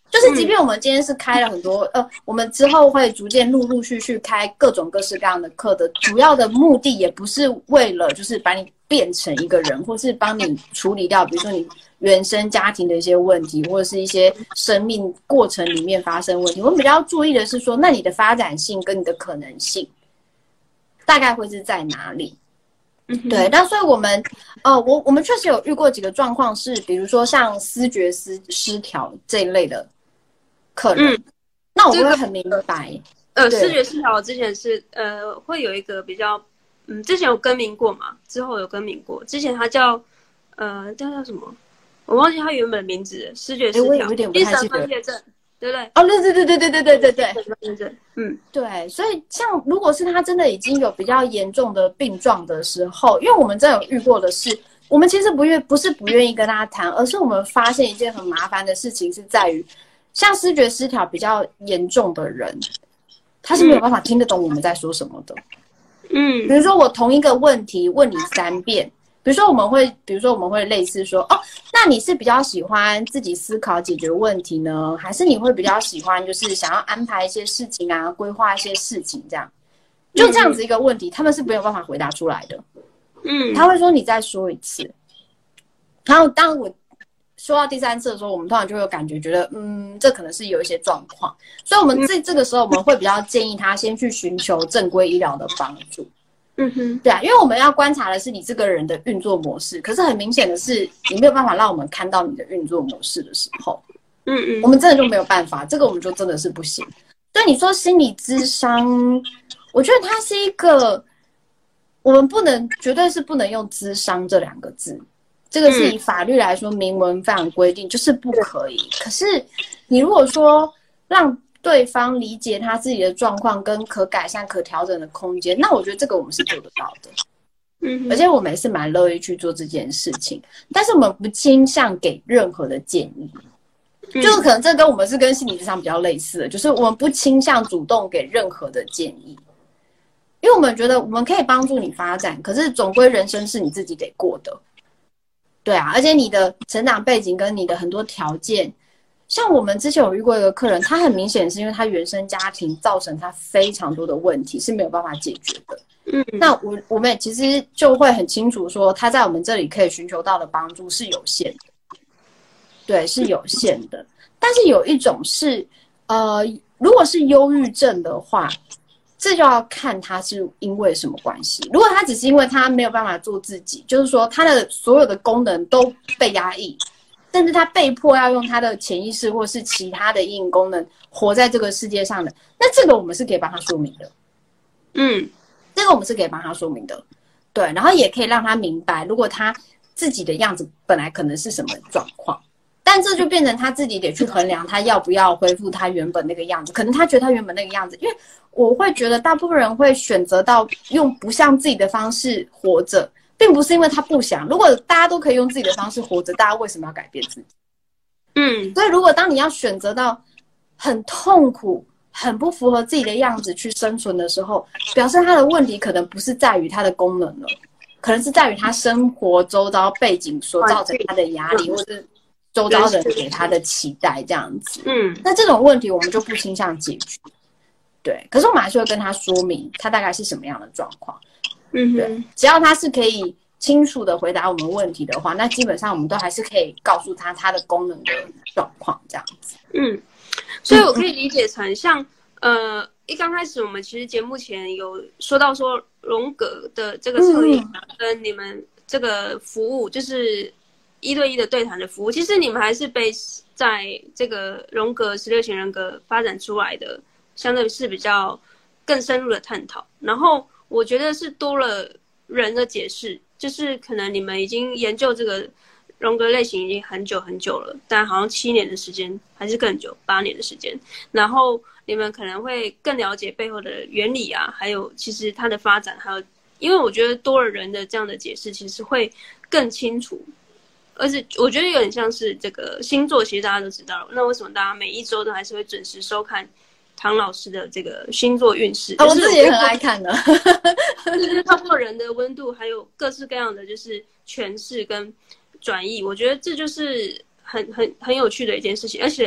就是即便我们今天是开了很多我们之后会逐渐陆陆续续开各种各式各样的课的，主要的目的也不是为了就是把你变成一个人，或是帮你处理掉比如说你原生家庭的一些问题，或者是一些生命过程里面发生问题。我们比较注意的是说，那你的发展性跟你的可能性大概会是在哪里。对，那所以我们我们确实有遇过几个状况是，比如说像思觉失调这一类的客人，那我会很明白。 视觉失调之前是会有一个比较之前有更名过嘛，之后有更名过。之前他叫叫什么？我忘记他原本名字了。视觉失调，精神分裂症，对不对？ 哦，对，对。所以像如果是他真的已经有比较严重的病状的时候，因为我们真的有遇过的是，我们其实不是不愿意跟他谈，而是我们发现一件很麻烦的事情是在于，像视觉失调比较严重的人，他是没有办法听得懂我们在说什么的。比如说我同一个问题问你3遍。比如说我们会类似说，那你是比较喜欢自己思考解决问题呢，还是你会比较喜欢就是想要安排一些事情啊，规划一些事情这样？就这样子一个问题，他们是没有办法回答出来的。他会说你再说一次。然后当我说到第3次的时候，我们通常就会有感觉，觉得这可能是有一些状况，所以我们这个时候我们会比较建议他先去寻求正规医疗的帮助。对啊，因为我们要观察的是你这个人的运作模式，可是很明显的是，你没有办法让我们看到你的运作模式的时候，我们真的就没有办法，这个我们就真的是不行。所以你说心理咨商，我觉得它是一个，我们绝对是不能用咨商这2个字，这个是以法律来说明文非常规定，就是不可以。可是你如果说让对方理解他自己的状况跟可改善可调整的空间，那我觉得这个我们是做得到的。而且我们也是蛮乐意去做这件事情，但是我们不倾向给任何的建议。就是可能这跟我们是跟心理咨商比较类似的，就是我们不倾向主动给任何的建议，因为我们觉得我们可以帮助你发展，可是总归人生是你自己得过的。对啊，而且你的成长背景跟你的很多条件，像我们之前有遇过一个客人，他很明显是因为他原生家庭造成他非常多的问题是没有办法解决的。那我们也其实就会很清楚说，他在我们这里可以寻求到的帮助是有限的。对，是有限的。但是有一种是，如果是忧郁症的话，这就要看他是因为什么关系。如果他只是因为他没有办法做自己，就是说他的所有的功能都被压抑，甚至他被迫要用他的潜意识或是其他的阴影功能活在这个世界上的，那这个我们是可以帮他说明的。这个我们是可以帮他说明的。对，然后也可以让他明白，如果他自己的样子本来可能是什么状况，但这就变成他自己得去衡量他要不要恢复他原本那个样子。可能他觉得他原本那个样子，因为我会觉得大部分人会选择到用不像自己的方式活着，并不是因为他不想。如果大家都可以用自己的方式活着，大家为什么要改变自己？所以如果当你要选择到很痛苦、很不符合自己的样子去生存的时候，表示他的问题可能不是在于他的功能了，可能是在于他生活周遭背景所造成他的压力，或是周遭人给他的期待这样子。那这种问题我们就不倾向解决。对，可是我们还是会跟他说明他大概是什么样的状况。对，只要他是可以清楚的回答我们问题的话，那基本上我们都还是可以告诉他他的功能的状况这样子。 所以我可以理解成像一刚开始我们其实节目前有说到说荣格的这个测验跟你们这个服务，就是1对1的对谈的服务，其实你们还是base在这个荣格16型人格发展出来的，相对是比较更深入的探讨。然后我觉得是多了人的解释，就是可能你们已经研究这个荣格类型已经很久很久了，但好像7年的时间还是更久，8年的时间。然后你们可能会更了解背后的原理啊，还有其实它的发展，还有因为我觉得多了人的这样的解释，其实会更清楚。而且我觉得有点像是这个星座，其实大家都知道了，那为什么大家每一周都还是会准时收看唐老师的这个星座运势？ 我自己也很爱看的。 就是透过人的温度，还有各式各样的就是诠释跟转译，我觉得这就是很有趣的一件事情。而且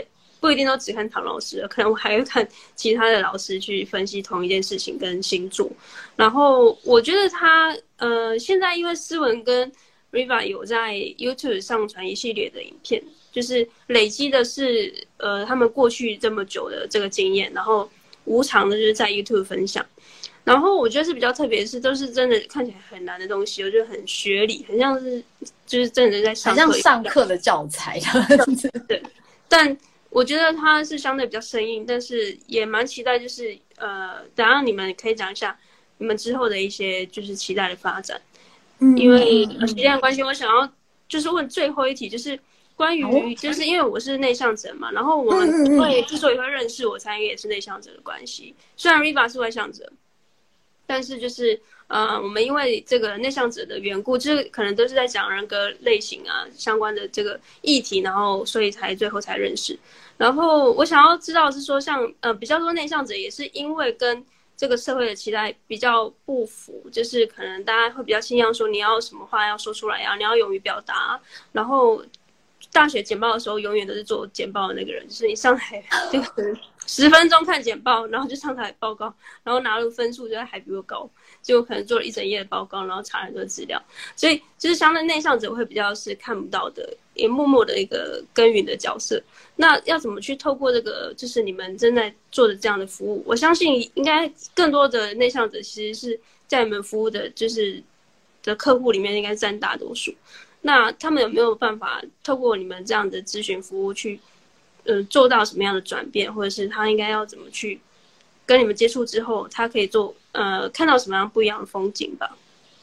不一定都只看唐老师，可能我还会看其他的老师去分析同一件事情跟星座。然后我觉得他现在因为思文跟 Riva 有在 YouTube 上传一系列的影片，就是累积的是他们过去这么久的这个经验，然后无偿的就是在 YouTube 分享。然后我觉得是比较特别的是，都是真的看起来很难的东西，我觉得很学理，很像是就是真的在上课， 很像上课的教材。 对，但我觉得它是相对比较生硬，但是也蛮期待，就是等下你们可以讲一下你们之后的一些就是期待的发展。因为时间的关系，我想要就是问最后一题，就是关于就是因为我是内向者嘛，然后我们之所以会认识，我猜也是内向者的关系。虽然 Riva 是外向者，但是就是我们因为这个内向者的缘故，就是可能都是在讲人格类型啊相关的这个议题，然后所以最后才认识。然后我想要知道是说像比较多内向者也是因为跟这个社会的期待比较不符，就是可能大家会比较倾向说你要什么话要说出来啊，你要勇于表达。然后大学简报的时候永远都是做简报的那个人，就是你上台就可能10分钟看简报，然后就上台报告，然后拿了分数就还比我高，结果可能做了一整页的报告，然后查很多资料。所以就是相对内向者会比较是看不到的，也默默的一个耕耘的角色。那要怎么去透过这个就是你们正在做的这样的服务，我相信应该更多的内向者其实是在你们服务的就是的客户里面应该占大多数。那他们有没有办法透过你们这样的咨询服务去做到什么样的转变，或者是他应该要怎么去跟你们接触之后他可以做看到什么样不一样的风景吧。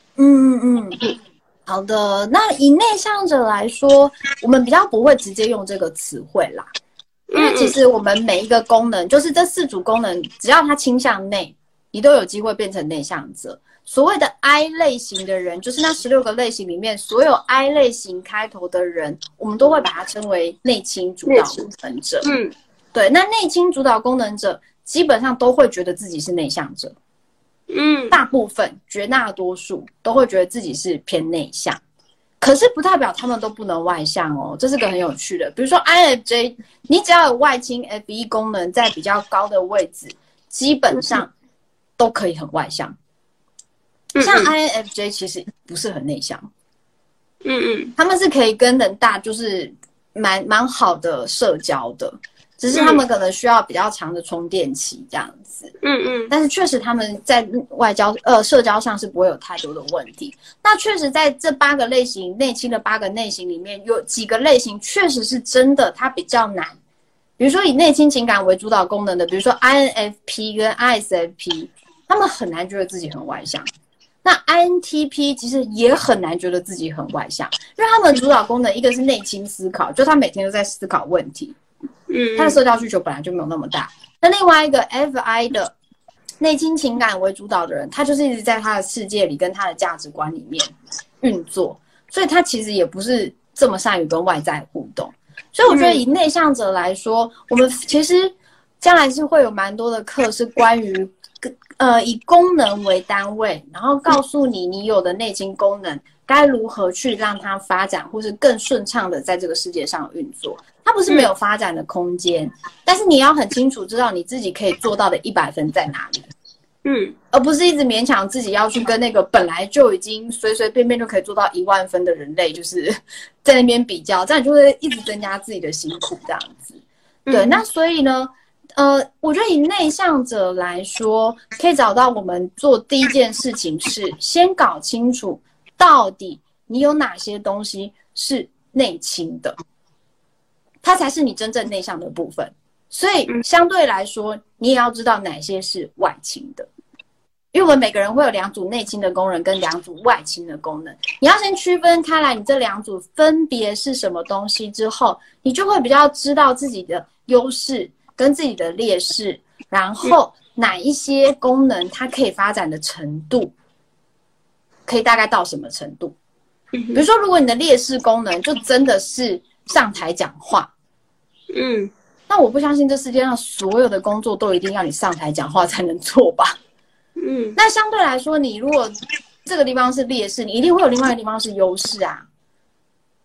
好的，那以内向者来说，我们比较不会直接用这个词汇啦，因为其实我们每一个功能，就是这4组功能，只要它倾向内，你都有机会变成内向者。所谓的 I 类型的人，就是那16个类型里面，所有 I 类型开头的人，我们都会把它称为内倾主导功能者。对，那内倾主导功能者基本上都会觉得自己是内向者。大部分绝大多数都会觉得自己是偏内向，可是不代表他们都不能外向哦，这是个很有趣的。比如说 INFJ， 你只要有外倾 F1 功能在比较高的位置，基本上都可以很外向。像 INFJ 其实不是很内向，他们是可以跟人大就是蛮好的社交的，只是他们可能需要比较长的充电期这样子。但是确实他们在社交上是不会有太多的问题。那确实在这8个类型内倾的8个类型里面，有几个类型确实是真的它比较难。比如说以内倾情感为主导功能的，比如说 INFP 跟 ISFP， 他们很难觉得自己很外向。那 INTP 其实也很难觉得自己很外向，因为他们主导功能一个是内倾思考，就他每天都在思考问题，他的社交需求本来就没有那么大。那另外一个 FI 的内倾情感为主导的人，他就是一直在他的世界里跟他的价值观里面运作，所以他其实也不是这么善于跟外在互动。所以我觉得以内向者来说，我们其实将来是会有蛮多的课是关于以功能为单位，然后告诉你有的内倾功能该如何去让它发展，或是更顺畅的在这个世界上运作。它不是没有发展的空间，但是你要很清楚知道你自己可以做到的100分在哪里。而不是一直勉强自己要去跟那个本来就已经随随便便就可以做到10000分的人类，就是在那边比较，这样你就会一直增加自己的辛苦这样子。对，那所以呢，我觉得以内向者来说，可以找到我们做第一件事情是先搞清楚到底你有哪些东西是内倾的，它才是你真正内向的部分。所以相对来说，你也要知道哪些是外倾的，因为我们每个人会有2组内倾的功能跟2组外倾的功能，你要先区分开来，你这2组分别是什么东西之后，你就会比较知道自己的优势跟自己的劣势，然后哪一些功能它可以发展的程度可以大概到什么程度。比如说如果你的劣势功能就真的是上台讲话，那我不相信这世界上所有的工作都一定要你上台讲话才能做吧。那相对来说，你如果这个地方是劣势，你一定会有另外一个地方是优势啊。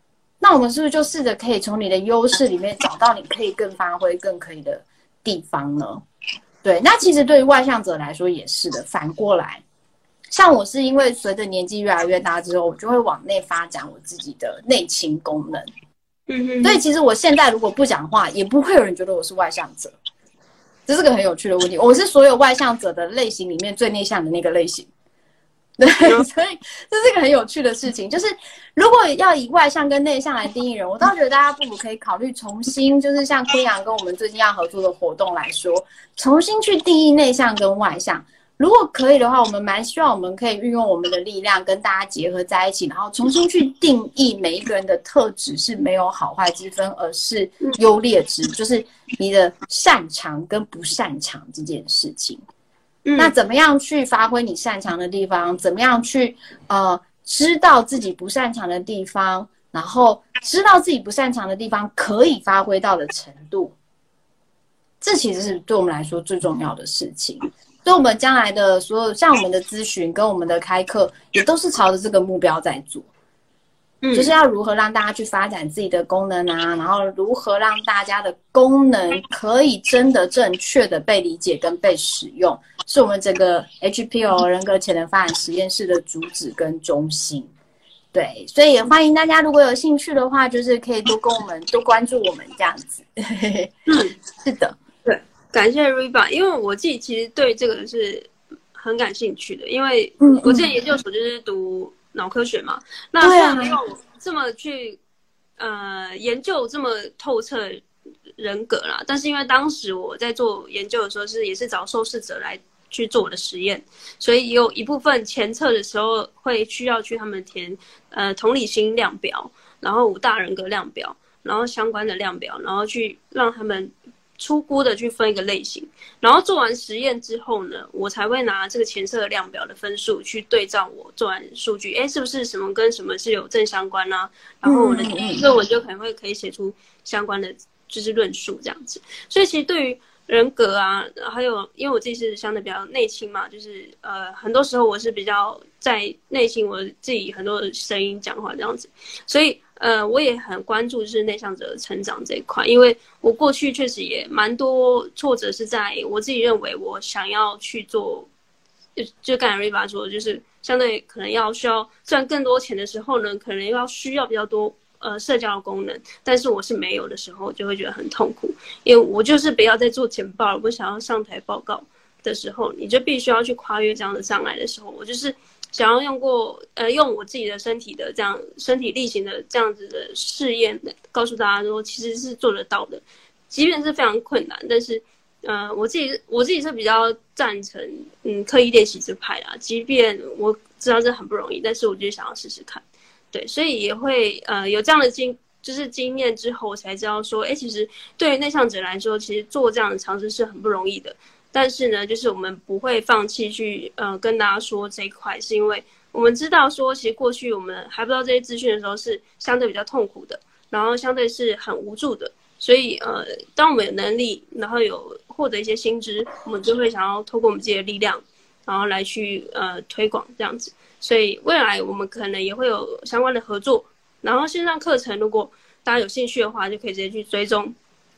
那我们是不是就试着可以从你的优势里面找到你可以更发挥、更可以的地方呢？对，那其实对于外向者来说也是的。反过来，像我是因为随着年纪越来越大之后，我就会往内发展我自己的内倾功能。所以其实我现在如果不讲话，也不会有人觉得我是外向者。这是个很有趣的问题。我是所有外向者的类型里面最内向的那个类型。对，所以这是一个很有趣的事情。就是如果要以外向跟内向来定义人，我倒觉得大家不如可以考虑重新，就是像昆阳跟我们最近要合作的活动来说，重新去定义内向跟外向。如果可以的话，我们蛮希望我们可以运用我们的力量跟大家结合在一起，然后重新去定义每一个人的特质是没有好坏之分，而是优劣值，就是你的擅长跟不擅长这件事情。那怎么样去发挥你擅长的地方？怎么样去知道自己不擅长的地方，然后知道自己不擅长的地方可以发挥到的程度，这其实是对我们来说最重要的事情。所以我们将来的所有像我们的咨询跟我们的开课，也都是朝着这个目标在做。就是要如何让大家去发展自己的功能啊，然后如何让大家的功能可以真的正确的被理解跟被使用，是我们整个 HPO 人格潜能发展实验室的主旨跟中心。对，所以也欢迎大家如果有兴趣的话，就是可以多跟我们多关注我们这样子。是的， 对，感谢 Riva， 因为我自己其实对这个是很感兴趣的，因为我之前研究所就是读脑科学嘛，那虽然没有这么去研究这么透彻人格啦，但是因为当时我在做研究的时候也是找受试者来去做我的实验，所以有一部分前测的时候会需要去他们填同理心量表，然后5大人格量表，然后相关的量表，然后去让他们粗估的去分一个类型，然后做完实验之后呢，我才会拿这个前测量表的分数去对照我做完数据，是不是什么跟什么是有正相关啊？然后我的论文就可以写出相关的就是论述这样子。所以其实对于人格啊，还有因为我自己是相对比较内倾嘛，就是很多时候我是比较在内倾，我自己很多的声音讲话这样子，所以我也很关注就是内向者的成长这一块，因为我过去确实也蛮多挫折是在我自己认为我想要去做，就刚才 Riva 说的，就是相对可能需要赚更多钱的时候呢，可能需要比较多社交的功能，但是我是没有的时候，就会觉得很痛苦，因为我就是不要再做简报了，我想要上台报告的时候，你就必须要去跨越这样的障碍的时候，我就是想要用我自己的身体的这样身体力行的这样子的试验，告诉大家说其实是做得到的，即便是非常困难，但是我自己是比较赞成刻意练习这派啦，即便我知道这很不容易，但是我就想要试试看。对，所以也会有这样的经验之后，我才知道说，其实对于内向者来说，其实做这样的尝试是很不容易的。但是呢，就是我们不会放弃去跟大家说这一块，是因为我们知道说，其实过去我们还不知道这些资讯的时候是相对比较痛苦的，然后相对是很无助的。所以当我们有能力，然后有获得一些新知，我们就会想要透过我们自己的力量，然后来去推广这样子。所以未来我们可能也会有相关的合作，然后线上课程如果大家有兴趣的话，就可以直接去追踪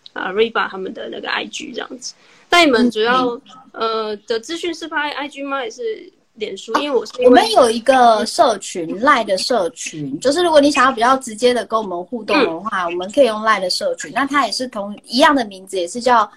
Riva 他们的那个 IG 这样子。那你们主要的资讯是拍 IG 吗？还是脸书？因为我们有一个社群 LINE 的社群，就是如果你想要比较直接的跟我们互动的话，我们可以用 LINE 的社群。那它也是一样的名字，也是叫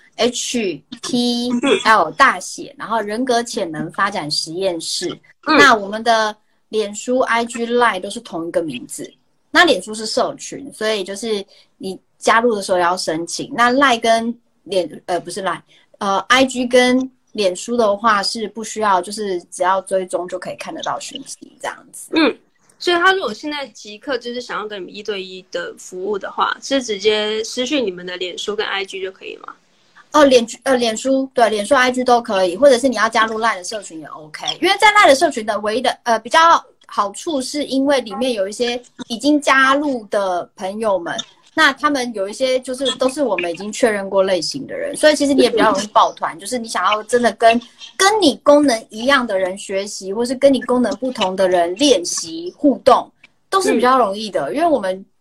HTL 大写，然后人格潜能发展实验室。那我们的脸书 IG LINE 都是同一个名字。那脸书是社群，所以就是你加入的时候要申请。那 LINE 跟不是 LINE，IG 跟脸书的话是不需要，就是只要追踪就可以看得到讯息这样子。 所以他如果现在即刻就是想要跟你们1对1的服务的话，是直接私讯你们的脸书跟 IG 就可以吗？ 脸书对，脸书 IG 都可以，或者是你要加入 LINE 的社群也 OK。因为在 LINE 的社群的唯一的比较好处是因为里面有一些已经加入的朋友们，那他们有一些就是都是我们已经确认过类型的人，所以其实你也比较容易抱团，就是你想要真的跟你功能一样的人学习，或是跟你功能不同的人练习互动，都是比较容易的。因为我们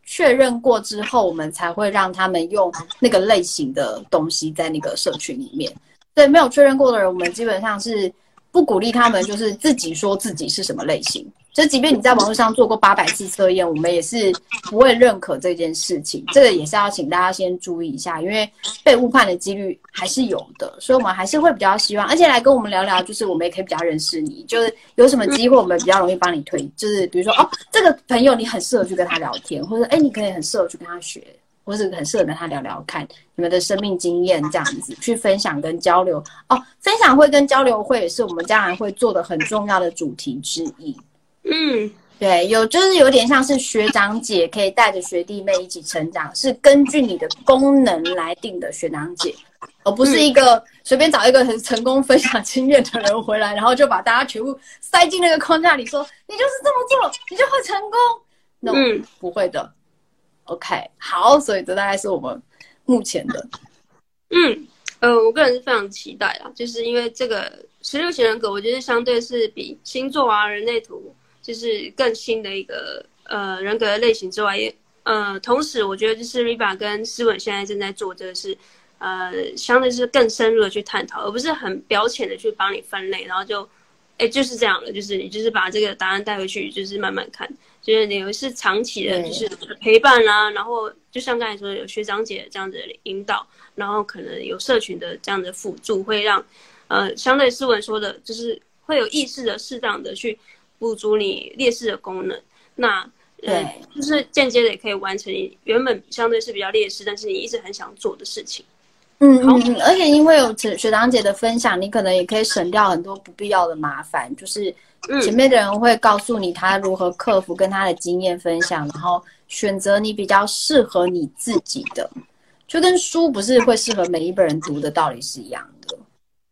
确认过之后，我们才会让他们用那个类型的东西在那个社群里面。对，没有确认过的人，我们基本上是不鼓励他们就是自己说自己是什么类型。就即便你在网络上做过800次测验，我们也是不会认可这件事情。这个也是要请大家先注意一下，因为被误判的几率还是有的，所以我们还是会比较希望，而且来跟我们聊聊，就是我们也可以比较认识你，就是有什么机会我们比较容易帮你推，就是比如说哦，这个朋友你很适合去跟他聊天，或者你可以很适合去跟他学，或是很适合跟他聊聊看你们的生命经验，这样子去分享跟交流哦。分享会跟交流会也是我们将来会做的很重要的主题之一。对，就是有点像是学长姐可以带着学弟妹一起成长，是根据你的功能来定的学长姐，而不是一个随便找一个很成功分享经验的人回来，然后就把大家全部塞进那个框架里，说你就是这么做，你就会成功。No，不会的。OK， 好，所以这大概是我们目前的。 我个人是非常期待啦，就是因为这个16型人格，我觉得相对是比星座啊、人类图就是更新的一个人格的类型之外，也同时我觉得就是 Riva 跟诗文现在正在做这个是相对是更深入的去探讨，而不是很表浅的去帮你分类，然后就就是这样了，就是你就是把这个答案带回去，就是慢慢看，就是你是长期的就是陪伴啦，然后就像刚才说有学长姐这样子的引导，然后可能有社群的这样的辅助，会让相对诗文说的就是会有意识的适当的去补足你劣势的功能，那就是间接的也可以完成你原本相对是比较劣势，但是你一直很想做的事情。 而且因为有学长姐的分享，你可能也可以省掉很多不必要的麻烦，就是前面的人会告诉你他如何克服，跟他的经验分享，然后选择你比较适合你自己的，就跟书不是会适合每一本人读的道理是一样的。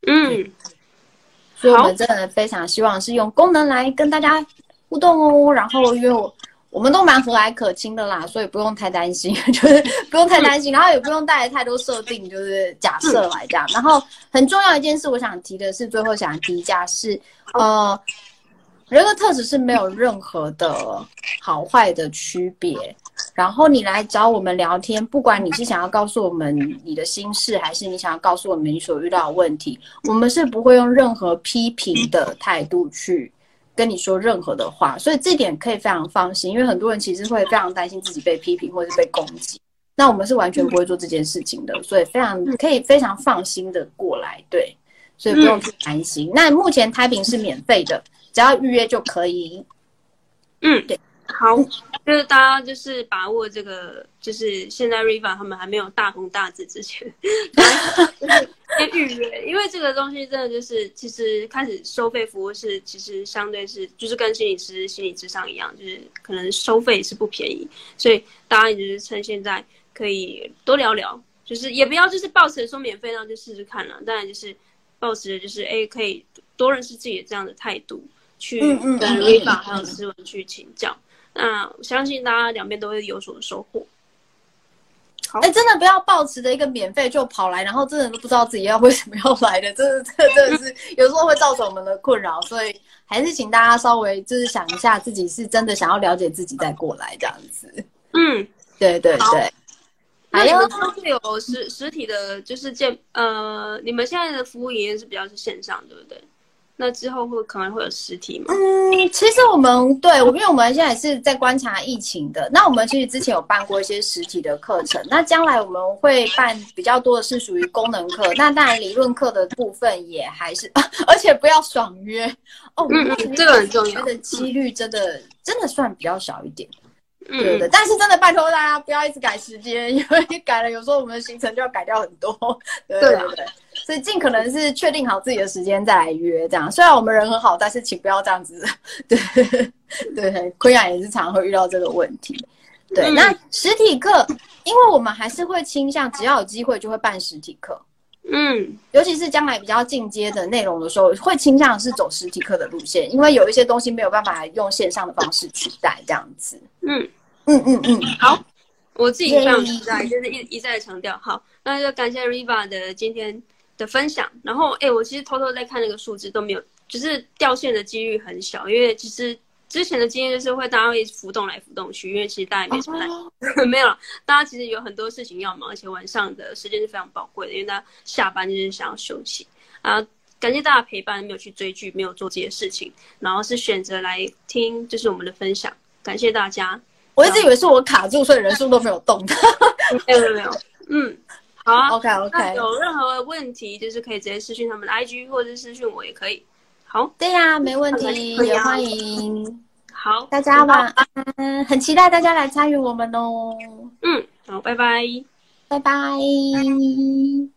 所以我们真的非常希望是用功能来跟大家互动哦，然后因为我们都蛮和蔼可亲的啦，所以不用太担心，就是不用太担心，然后也不用带来太多设定，就是假设来这样。然后很重要一件事，我想提的是，最后想提一下是，人格特质是没有任何的好坏的区别。然后你来找我们聊天，不管你是想要告诉我们你的心事，还是你想要告诉我们你所遇到的问题，我们是不会用任何批评的态度去跟你说任何的话，所以这点可以非常放心，因为很多人其实会非常担心自己被批评或者是被攻击，那我们是完全不会做这件事情的，所以可以非常放心的过来，对，所以不用去担心。那目前Typing是免费的，只要预约就可以。对。 好，就是大家就是把握这个，就是现在 Riva 他们还没有大红大紫之前，就是先预约，因为这个东西真的就是其实开始收费服务是其实相对是就是跟心理师、心理咨商一样，就是可能收费是不便宜，所以大家也就是趁现在可以多聊聊，就是也不要就是抱持说免费那就试试看了，当然就是抱持的就是可以多认识自己的这样的态度去跟 Riva 还有诗文去请教。那我相信大家两边都会有所收获。好， 真的不要抱持的一个免费就跑来，然后真的都不知道自己为什么要来的，这真的是有时候会造成我们的困扰，所以还是请大家稍微就是想一下，自己是真的想要了解自己再过来这样子。对对对。 那你们都会有实体的，就是你们现在的服务营业是比较是线上，对不对？那之后可能会有实体吗？ 其实我们因为我们现在也是在观察疫情的，那我们其实之前有办过一些实体的课程，那将来我们会办比较多的是属于功能课，那当然理论课的部分也还是，而且不要爽约这个很重要， 的几率真的算比较小一点。对对，但是真的拜托大家不要一直改时间，因为改了有时候我们的行程就要改掉很多。对，所以尽可能是确定好自己的时间再来约这样。虽然我们人很好，但是请不要这样子。对，昆雅也是常会遇到这个问题。对，那实体课，因为我们还是会倾向只要有机会就会办实体课。尤其是将来比较进阶的内容的时候，会倾向是走实体课的路线，因为有一些东西没有办法用线上的方式取代这样子。 好，我自己非常期待，就是一再强调。好，那就感谢 Riva 的今天的分享。然后，我其实偷偷在看那个数字都没有，就是掉线的几率很小，因为其实之前的经验就是大家会浮动来浮动去，因为其实大家也没什么没有了，大家其实有很多事情要忙，而且晚上的时间是非常宝贵的，因为大家下班就是想要休息啊。感谢大家陪伴，没有去追剧，没有做这些事情，然后是选择来听就是我们的分享，感谢大家。 我一直以为是我卡住，所以人数都没有动的。 没有，好啊 ，OK， 有任何问题就是可以直接私讯他们的 IG 或者是私讯我也可以。好， 对呀，没问题，也欢迎。 好， 大家晚安，很期待大家来参与我们哦。 好，拜拜， 拜拜。